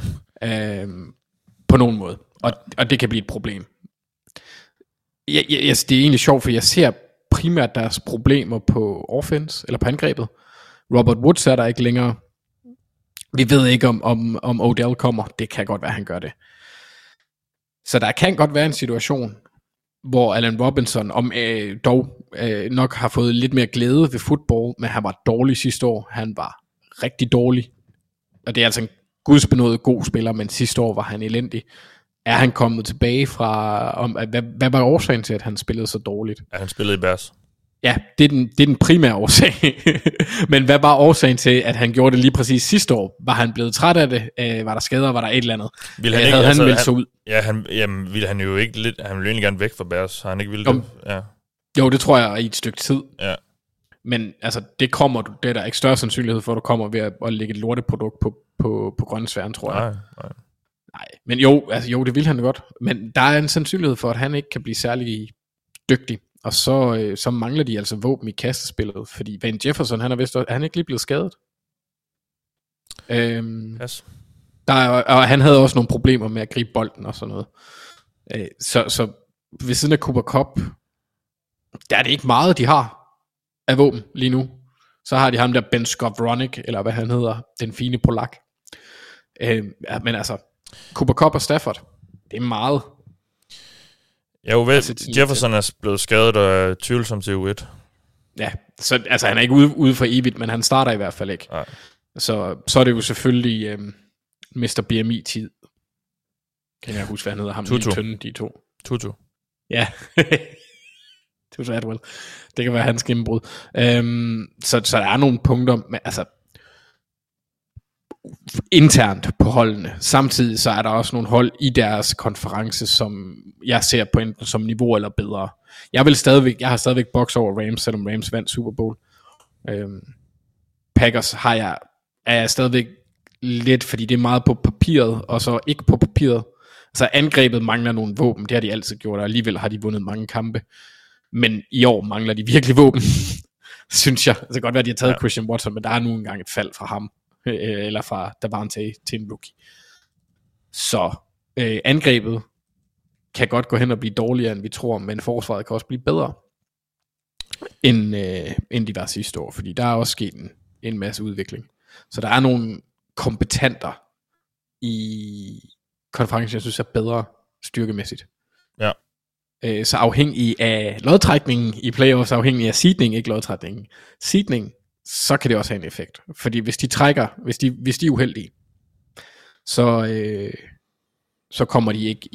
på nogen måde. Og det kan blive et problem. Det er egentlig sjovt, for jeg ser primært deres problemer på offense, eller på angrebet. Robert Woods er der ikke længere. Vi ved ikke, om Odell kommer. Det kan godt være, han gør det. Så der kan godt være en situation, hvor Allen Robinson nok har fået lidt mere glæde ved fodbold, men han var dårlig sidste år. Han var rigtig dårlig. Og det er altså en gudsbenådet god spiller, men sidste år var han elendig. Er han kommet tilbage fra... Hvad var årsagen til, at han spillede så dårligt? Ja, han spillede i Bears. Ja, det er den primære årsag. Men hvad var årsagen til, at han gjorde det lige præcis sidste år? Var han blevet træt af det? Var der skader? Var der et eller andet? Havde han meldt sig ud? Ja, ville han jo ikke lidt... Han ville egentlig gerne væk fra Bears. Har han ikke ville det? Ja. Jo, det tror jeg i et stykke tid. Ja. Men altså, det er der ikke større sandsynlighed for, at du kommer ved at lægge et lorteprodukt på grøntsværen, tror jeg. Nej, men jo, det vil han godt. Men der er en sandsynlighed for, at han ikke kan blive særlig dygtig. Og så mangler de altså våben i kastespillet, fordi Van Jefferson, han er ikke lige blevet skadet. Yes. Og han havde også nogle problemer med at gribe bolden og sådan noget. Så ved siden af Cooper Kupp, der er det ikke meget, de har af våben lige nu. Så har de ham der Ben Skowronek, eller hvad han hedder, den fine polak. Men altså, Cooper Kupp og Stafford, det er meget. Ja, Jefferson er blevet skadet og er tvivlsom til U1. Ja, så altså han er ikke ude for evigt, men han starter i hvert fald ikke. Nej. Så er det jo selvfølgelig Mr. BMI-tid. Kan jeg huske, hvad han hedder? Ham Tutu. Tynde, de to. Tutu. Ja. Tutu Atwell. Det kan være hans gennembrud. Så der er nogle punkter, men altså internt på holdene. Samtidig så er der også nogle hold i deres konference, som jeg ser på enten som niveau eller bedre. Jeg har stadigvæk box over Rams, selvom Rams vandt Super Bowl. Packers er jeg stadigvæk lidt, fordi det er meget på papiret, og så ikke på papiret. Så angrebet mangler nogle våben, det har de altid gjort, og alligevel har de vundet mange kampe. Men i år mangler de virkelig våben, synes jeg. Det kan godt være, at de har taget Christian Watson, men der er nu engang et fald fra ham, eller fra Davante til en rookie. Så angrebet kan godt gå hen og blive dårligere, end vi tror, men forsvaret kan også blive bedre, end de var sidste år, fordi der er også sket en masse udvikling. Så der er nogle kompetenter i konferencen, jeg synes er bedre styrkemæssigt. Ja. Så afhængig af lodtrækningen i playoffs, afhængig af seedning, ikke lodtrækningen. Seedning, så kan det også have en effekt. Fordi hvis de trækker, hvis de er uheldige, så kommer de ikke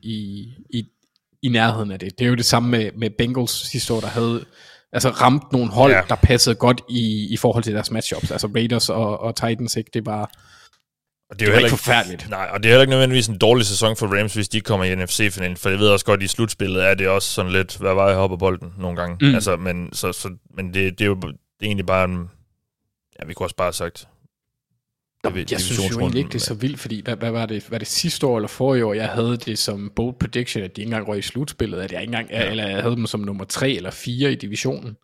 i nærheden af det. Det er jo det samme med Bengals sidste år, der havde ramt nogle hold, der passede godt i forhold til deres matchups. Altså Raiders og Titans, ikke? Det var ikke forfærdeligt. Nej, og det er heller ikke nødvendigvis en dårlig sæson for Rams, hvis de kommer i NFC-finalen, for jeg ved også godt, i slutspillet er det også sådan lidt, hvad vej hopper bolden nogle gange. Altså, men det er jo egentlig bare en... Ja, vi kunne også bare have sagt... Jeg synes jo egentlig ikke, det er så vildt, fordi hvad var det? Var det sidste år eller forrige år, jeg havde det som bold prediction, at de ikke engang røg i slutspillet, at jeg ikke engang, eller jeg havde dem som nummer 3 eller 4 i divisionen.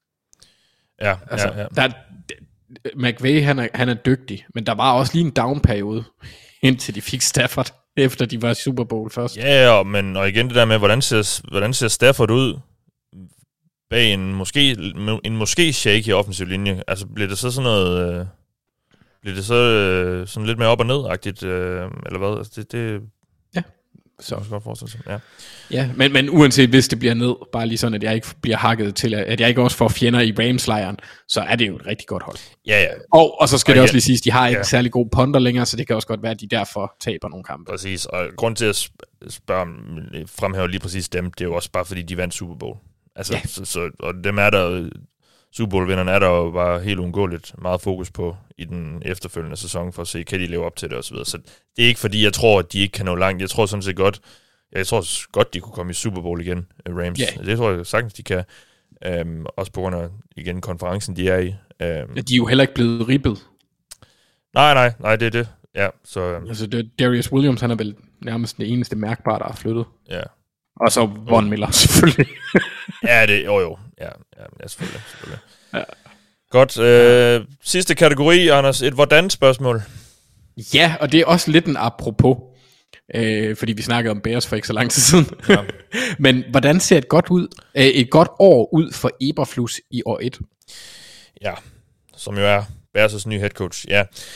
Ja, Der, McVay, han er dygtig, men der var også lige en down-periode, indtil de fik Stafford, efter de var i Super Bowl først. Ja, men og igen det der med, hvordan ser Stafford ud bag en måske shaky offensiv linje? Altså bliver det så sådan noget... Bliver det så sådan lidt mere op- og ned-agtigt, eller hvad? Altså det ja. Så også godt forestille sig. Ja, men uanset hvis det bliver ned, bare lige sådan, at jeg ikke bliver hakket til, at jeg ikke også får fjender i Rams-lejren, så er det jo et rigtig godt hold. Ja. Og så skal det også lige siges, de har ikke særlig gode punter længere, så det kan også godt være, at de derfor taber nogle kampe. Præcis, og grund til at fremhæve lige præcis dem, det er jo også bare, fordi de vandt Super Bowl. Altså, så og dem er der... Super Bowl-vinderne er der jo bare helt uundgåeligt meget fokus på i den efterfølgende sæson, for at se, kan de leve op til det osv. Så det er ikke fordi, jeg tror, at de ikke kan nå langt. Jeg tror sådan set godt, de kunne komme i Super Bowl igen, Rams. Yeah. Det tror jeg sagtens, de kan. Også på grund af, igen, konferencen, de er i. De er jo heller ikke blevet ribbet. Nej, det er det. Ja, så... Altså, Darius Williams, han er vel nærmest det eneste mærkbare, der er flyttet. Ja. Og så Von Miller, selvfølgelig. Ja, det jo. Ja, selvfølgelig. Ja. Godt. Sidste kategori, Anders. Et hvordan-spørgsmål. Ja, og det er også lidt en apropos. Fordi vi snakkede om Bears for ikke så lang tid siden. Ja. Men hvordan ser et godt år ud for Eberflus i år 1? Ja, som jo er Bears' nye head coach. Ja.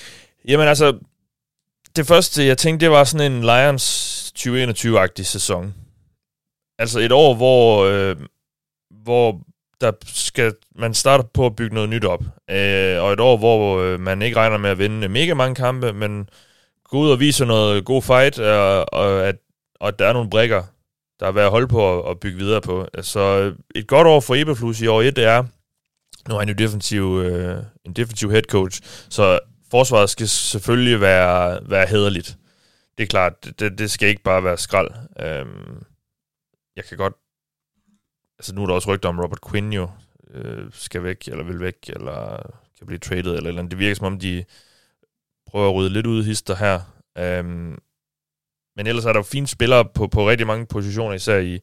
Jamen altså, det første, jeg tænkte, det var sådan en Lions 2021-agtig sæson. Altså et år, hvor man starter på at bygge noget nyt op. Og et år, hvor man ikke regner med at vinde mega mange kampe, men gå ud og vise noget god fight, og at der er nogle brikker, der er værd at holde på at bygge videre på. Så et godt år for Eberflus i år 1, det er, nu er han jo en defensiv head coach, så forsvaret skal selvfølgelig være hæderligt. Det er klart, det skal ikke bare være skrald. Jeg kan godt... Altså nu er der også rygter om Robert Quinn jo skal væk, eller vil væk, eller kan blive traded, eller det virker som om, de prøver at rydde lidt ud hister her. Men ellers er der jo fine spillere på rigtig mange positioner, især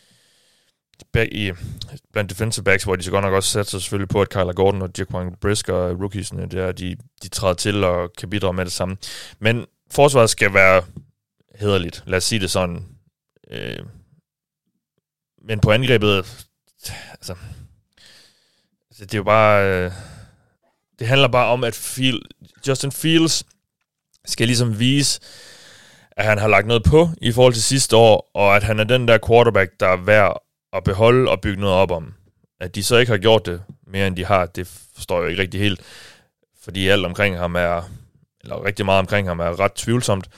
blandt defensive backs, hvor de så godt nok også satser selvfølgelig på, at Kyler Gordon og Jaquan Brisker og rookiesne, de træder til og kan bidrage med det samme. Men forsvaret skal være hæderligt, lad os sige det sådan. Men på angrebet, altså det er jo bare, det handler bare om, at Justin Fields skal ligesom vise, at han har lagt noget på i forhold til sidste år, og at han er den der quarterback, der er værd at beholde og bygge noget op om. At de så ikke har gjort det mere, end de har, det forstår jeg ikke rigtig helt, fordi alt omkring ham eller rigtig meget omkring ham er ret tvivlsomt.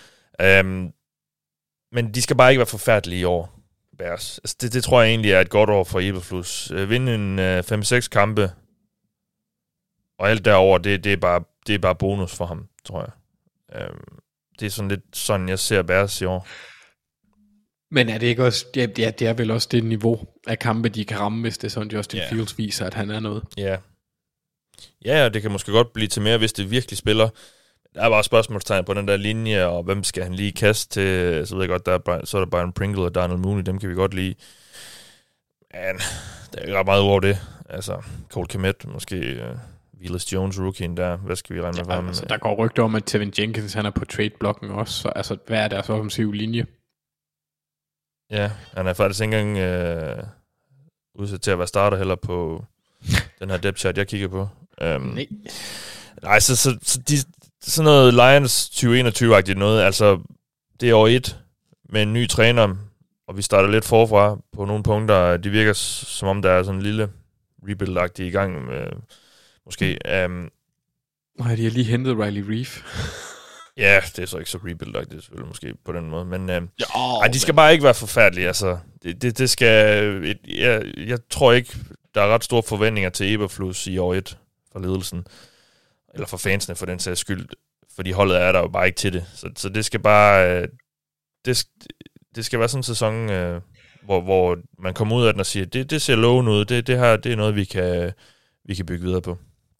Men de skal bare ikke være forfærdelige i år. Altså, det tror jeg egentlig er et godt år for Eberflus. Vinde en 5-6 kampe, og alt derover, det er bare bonus for ham, tror jeg. Det er sådan lidt sådan, jeg ser Bears i år. Men er det ikke også, det er vel også det niveau af kampe, de kan ramme, hvis det er sådan, Justin Fields viser, at han er noget. Ja, og det kan måske godt blive til mere, hvis det virkelig spiller. Der er bare spørgsmålstegn på den der linje, og hvem skal han lige kaste til? Så ved jeg godt, så er der Byron Pringle og Darnell Mooney, dem kan vi godt lide. Men der er ikke ret meget over det. Altså, Cole Kmet, måske Velus Jones, rookien der. Hvad skal vi regne med for ham? Altså, der går rygter om, at Tevin Jenkins, han er på trade-blokken også. Så altså, hvad er deres offensive linje? Ja, han er faktisk ikke engang udsat til at være starter heller på den her depth chart, jeg kigger på. Nej, så sådan noget Lions 2021-agtigt noget, altså det er år 1 med en ny træner, og vi starter lidt forfra på nogle punkter. Det virker som om, der er sådan en lille rebuild-agtig i gang, måske. Nej, de har lige hentet Riley Reef. Ja, det er så ikke så rebuild-agtigt selvfølgelig, måske på den måde, men de skal bare ikke være forfærdelige, altså. Det skal... Jeg tror ikke, der er ret store forventninger til Eberflus i år 1 for ledelsen. Eller for fansene, for den sags skyld. Fordi holdet er der jo bare ikke til det. Så det skal bare... Det skal være sådan en sæson, hvor man kommer ud af den og siger, det ser lovende ud. Det her, det er noget, vi kan bygge videre på.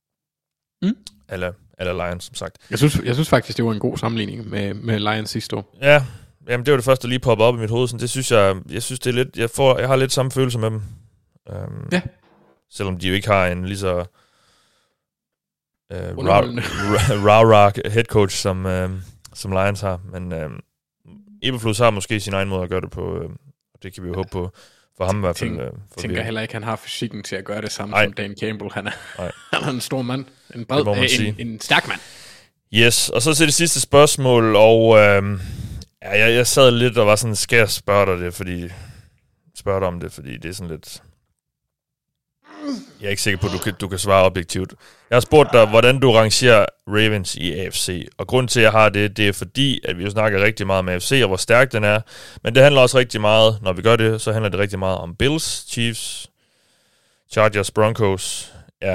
Eller Lions, som sagt. Jeg synes faktisk, det var en god sammenligning med Lions sidste år. Ja, jamen det var det første, der lige poppede op i mit hoved. Så det synes jeg synes, det er lidt... Jeg har lidt samme følelse med dem. Selvom de jo ikke har en lige så... rah head coach, som Lions har. Men Eberflus har måske sin egen måde at gøre det på. Det kan vi jo håbe på for ham i hvert fald. Tænker heller ikke, han har fysikken til at gøre det samme som Dan Campbell. Han er en stor mand. En bred, en stærk mand. Yes, og så til det sidste spørgsmål, og jeg sad lidt og var sådan, skal jeg spørge dig om det, fordi det er sådan lidt... Jeg er ikke sikker på, at du kan svare objektivt. Jeg har spurgt dig, hvordan du rangerer Ravens i AFC. Og grunden til, at jeg har det er fordi, at vi jo snakker rigtig meget om AFC, og hvor stærk den er. Men det handler også rigtig meget, når vi gør det, så handler det rigtig meget om Bills, Chiefs, Chargers, Broncos. Ja,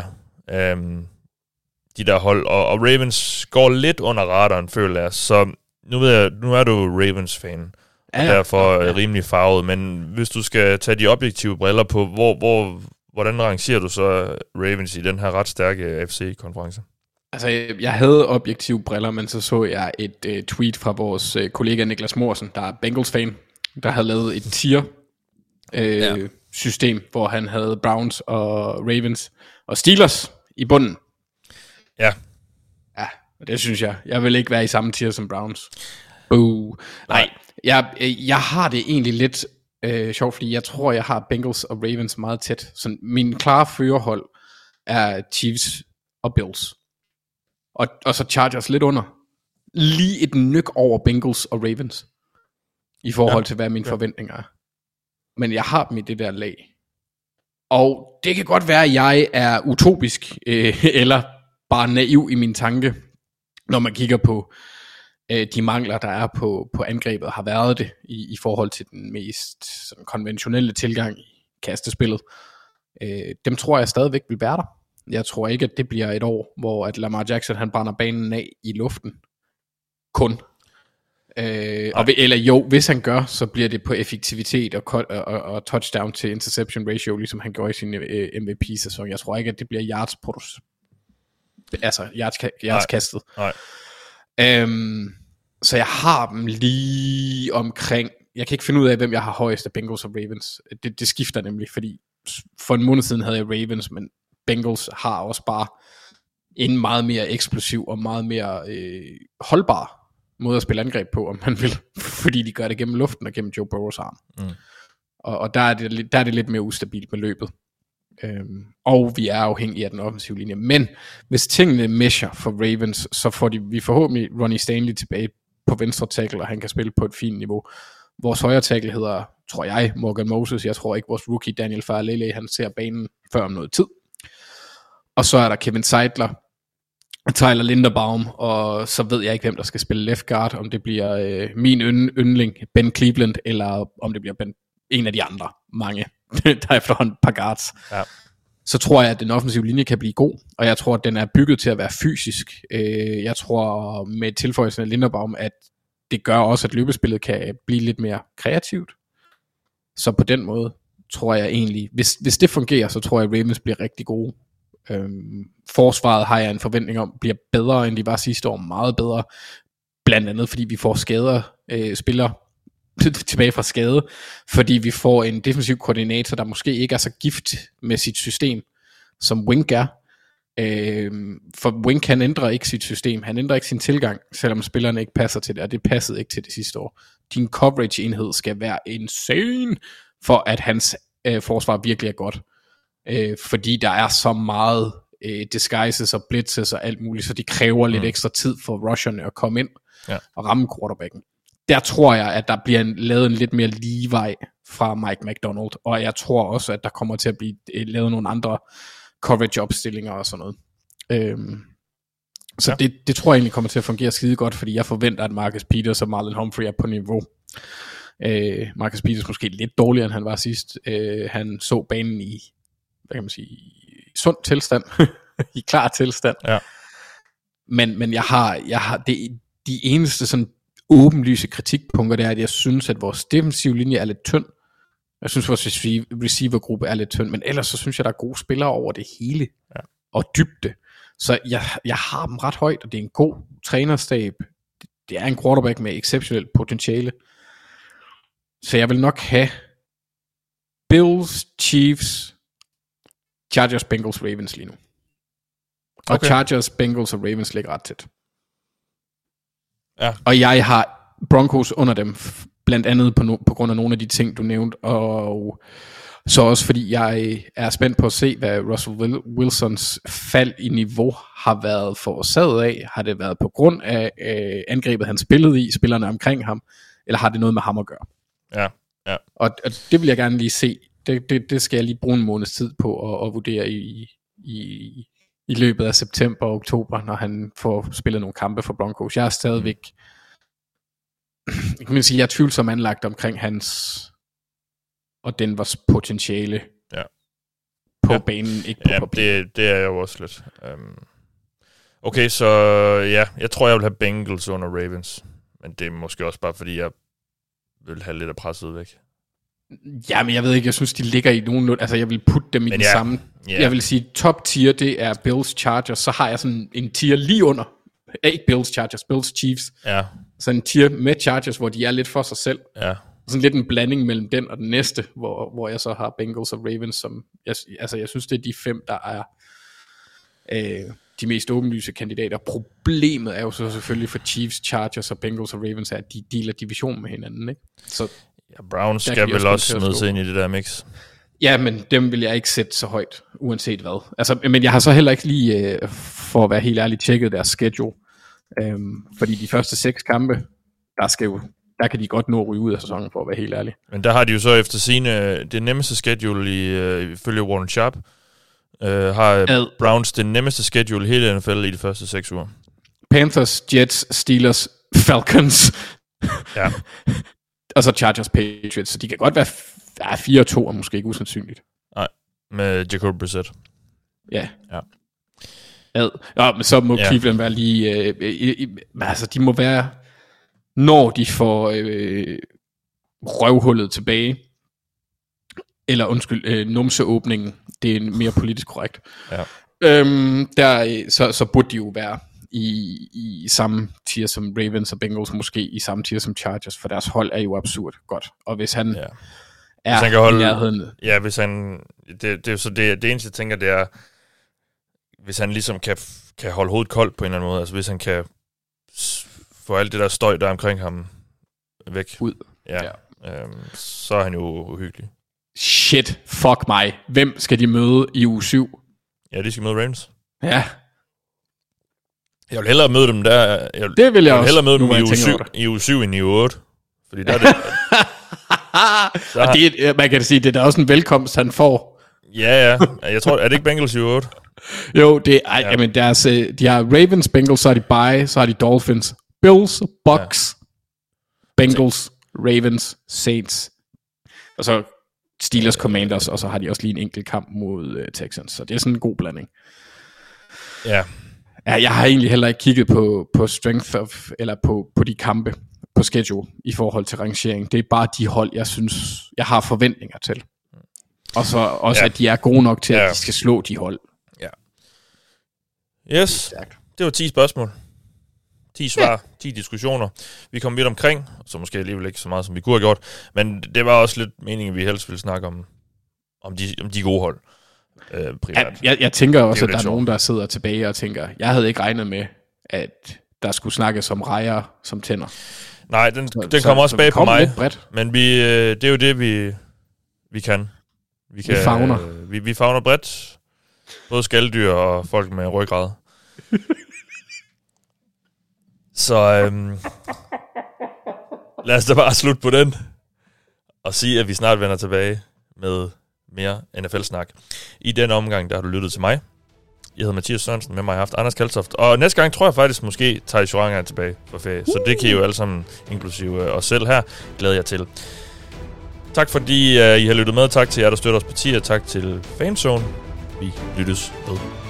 de der hold. Og Ravens går lidt under radaren, føler jeg. Så nu er du Ravens-fan. Og derfor rimelig farvet. Men hvis du skal tage de objektive briller på, hvordan rangerer du så Ravens i den her ret stærke AFC-konference? Altså, jeg havde objektive briller, men så jeg et tweet fra vores kollega Niklas Morsen, der er Bengals-fan, der havde lavet et tier-system, hvor han havde Browns og Ravens og Steelers i bunden. Ja. Ja, og det synes jeg. Jeg vil ikke være i samme tier som Browns. Nej, jeg har det egentlig lidt... sjovt, fordi jeg tror, jeg har Bengals og Ravens meget tæt. Så min klare førerhold er Chiefs og Bills. Og så Chargers lidt under. lige et nyk over Bengals og Ravens, i forhold til, hvad mine forventninger er. Men jeg har dem i det der lag. Og det kan godt være, at jeg er utopisk, eller bare naiv i min tanke, når man kigger på de mangler, der er på angrebet, har været det i forhold til den mest sådan, konventionelle tilgang i kastespillet. Dem tror jeg stadigvæk vil være der. Jeg tror ikke, at det bliver et år, hvor at Lamar Jackson han brænder banen af i luften. Kun. Eller jo, hvis han gør, så bliver det på effektivitet og touchdown til interception ratio, ligesom han gjorde i sin MVP-sæson. Jeg tror ikke, at det bliver yards kastet. Nej. Så jeg har dem lige omkring. Jeg kan ikke finde ud af, hvem jeg har højest af Bengals og Ravens. Det skifter nemlig, fordi for en måned siden havde jeg Ravens, men Bengals har også bare en meget mere eksplosiv og meget mere holdbar måde at spille angreb på, om man vil, fordi de gør det gennem luften og gennem Joe Burrows arm. Og der er det lidt mere ustabilt med løbet. Og vi er afhængige af den offensive linje. Men hvis tingene mesher for Ravens, så får vi forhåbentlig Ronnie Stanley tilbage på venstre tackle, og han kan spille på et fint niveau. Vores højre tackle hedder, tror jeg, Morgan Moses. Jeg tror ikke, vores rookie Daniel Farlele, han ser banen før om noget tid. Og så er der Kevin Seidler, Tyler Linderbaum, og så ved jeg ikke, hvem der skal spille left guard, om det bliver min yndling, Ben Cleveland, eller om det bliver en af de andre, mange, der er efterhånden et par guards. Ja. Så tror jeg, at den offensive linje kan blive god, og jeg tror, at den er bygget til at være fysisk. Jeg tror med tilføjelsen af Linderbaum, at det gør også, at løbespillet kan blive lidt mere kreativt. Så på den måde tror jeg egentlig, hvis det fungerer, så tror jeg, at Ravens bliver rigtig gode. Forsvaret har jeg en forventning om bliver bedre end de var sidste år, meget bedre, blandt andet fordi vi får skader spillere tilbage fra skade, fordi vi får en defensiv koordinator, der måske ikke er så gift med sit system som Wink er, for Wink han ændrer ikke sit system, han ændrer ikke sin tilgang, selvom spillerne ikke passer til det, og det passede ikke til det sidste år. Din coverage enhed skal være insane for at hans forsvar virkelig er godt. Fordi der er så meget disguises og blitzes og alt muligt, så de kræver lidt ekstra tid for rusherne at komme ind og ramme quarterbacken. Der tror jeg, at der bliver lavet en lidt mere lige vej fra Mike McDonald, og jeg tror også, at der kommer til at blive lavet nogle andre coverage opstillinger og sådan noget. Så det tror jeg egentlig kommer til at fungere skide godt, fordi jeg forventer, at Marcus Peters og Marlon Humphrey er på niveau. Marcus Peters måske lidt dårligere, end han var sidst. Han så banen i, hvad kan man sige, sund tilstand, i klar tilstand. Ja. Men jeg har de eneste sådan åbenlyse kritikpunkter, det er, at jeg synes, at vores defensive linje er lidt tynd. Jeg synes, vores receivergruppe er lidt tynd, men ellers så synes jeg, der er gode spillere over det hele, og dybde. Så jeg har dem ret højt, og det er en god trænerstab. Det er en quarterback med exceptionelt potentiale. Så jeg vil nok have Bills, Chiefs, Chargers, Bengals, Ravens lige nu. Og Chargers, Bengals og Ravens ligger ret tæt. Ja. Og jeg har Broncos under dem, blandt andet på grund af nogle af de ting, du nævnte, og så også fordi jeg er spændt på at se, hvad Russell Wilsons fald i niveau har været forårsaget af. Har det været på grund af angrebet, han spillede i, spillerne omkring ham, eller har det noget med ham at gøre? Ja. Og det vil jeg gerne lige se. Det skal jeg lige bruge en måneds tid på at vurdere i løbet af september og oktober, når han får spillet nogle kampe for Broncos. Jeg er stadigvæk, jeg kan sige, jeg er tvivlsom anlagt omkring hans og Denvers potentiale på banen, ikke på papir. Det er jo også lidt. Okay, så jeg tror, jeg vil have Bengals under Ravens, men det er måske også bare, fordi jeg vil have lidt af presset væk. Ja, men jeg ved ikke, jeg synes, de ligger i nogenlunde, altså jeg vil putte dem i den samme. Jeg vil sige, top tier, det er Bills, Chargers, så har jeg sådan en tier lige under, ikke Bills, Chargers, Bills, Chiefs. Ja. Så en tier med Chargers, hvor de er lidt for sig selv. Ja. Sådan lidt en blanding mellem den og den næste, hvor jeg så har Bengals og Ravens, som, jeg synes, det er de 5, der er de mest åbenlyse kandidater. Problemet er jo så selvfølgelig for Chiefs, Chargers og Bengals og Ravens, at de deler division med hinanden, ikke? Så Browns skal vel også mødes ind i det der mix. Ja, men dem vil jeg ikke sætte så højt, uanset hvad. Altså, men jeg har så heller ikke lige, for at være helt ærlig, tjekket deres schedule. Fordi de første 6 kampe, der kan de godt nå at ryge ud af sæsonen, for at være helt ærlig. Men der har de jo så efter sine det nemmeste schedule ifølge Warren Sharp. Har Browns det nemmeste schedule i hele NFL i de første 6 uger. Panthers, Jets, Steelers, Falcons. Ja. Og så Chargers, Patriots. Så de kan godt være 4-2, og måske ikke usandsynligt. Nej, med Jacob Brissett. Ja. Ja, men så må Cleveland være lige... altså, de må være... Når de får røvhullet tilbage, eller numseåbningen, det er mere politisk korrekt, så burde de jo være i samme tier som Ravens og Bengals, måske i samme tier som Chargers, for deres hold er jo absurd godt. Og hvis han er han kan holde, i nærheden... Ja, hvis han... Det er jo så det eneste, jeg tænker, det er, hvis han ligesom kan holde hovedet koldt på en eller anden måde, altså hvis han kan få alt det der støj, der omkring ham væk. Ud. Ja. Så er han jo uhyggelig. Shit, fuck mig. Hvem skal de møde i uge 7? Ja, de skal møde Ravens. Ja. Jeg vil hellere møde dem der. Det vil jeg også. Hellere møde dem i uge 7 end i uge 8. Fordi der er det... og det, man kan sige, det er da også en velkomst, han får. Ja. Jeg tror, er det ikke Bengals i uge 8? Jo, det er... Ja. Jamen, de har Ravens, Bengals, så har de Bye, så har de Dolphins, Bills, Bucks, Bengals, Ravens, Saints, og så Steelers, Commanders, og så har de også lige en enkelt kamp mod Texans. Så det er sådan en god blanding. Ja. Ja, jeg har egentlig heller ikke kigget på strength of, eller på de kampe på schedule i forhold til rangering. Det er bare de hold, jeg synes, jeg har forventninger til. Og så også, at de er gode nok til, at de skal slå de hold. Ja. Yes, det var 10 spørgsmål. 10 svar, 10 diskussioner. Vi kom vidt omkring, så måske alligevel ikke så meget, som vi kunne have gjort. Men det var også lidt meningen, vi helst ville snakke om de gode hold. Jeg tænker også, at der er nogen, der sidder tilbage og tænker, jeg havde ikke regnet med, at der skulle snakkes om rejer som tænder. Nej, den kommer også bag på mig. Men det er jo det, vi kan. Vi fagner. Vi fagner bredt. Både skaldyr og folk med ryggrad. Så lad os da bare slutte på den. Og sige, at vi snart vender tilbage med mere NFL-snak. I den omgang, der har du lyttet til mig. Jeg hedder Mathias Sørensen, med mig har haft Anders Kaltoft. Og næste gang tror jeg faktisk måske, Thijs Joranger er tilbage fra ferie. Så det kan I jo alle sammen, inklusive os selv her, glæder jeg til. Tak fordi I har lyttet med. Tak til jer, der støtter os på tier. Tak til Fanzone. Vi lyttes ved.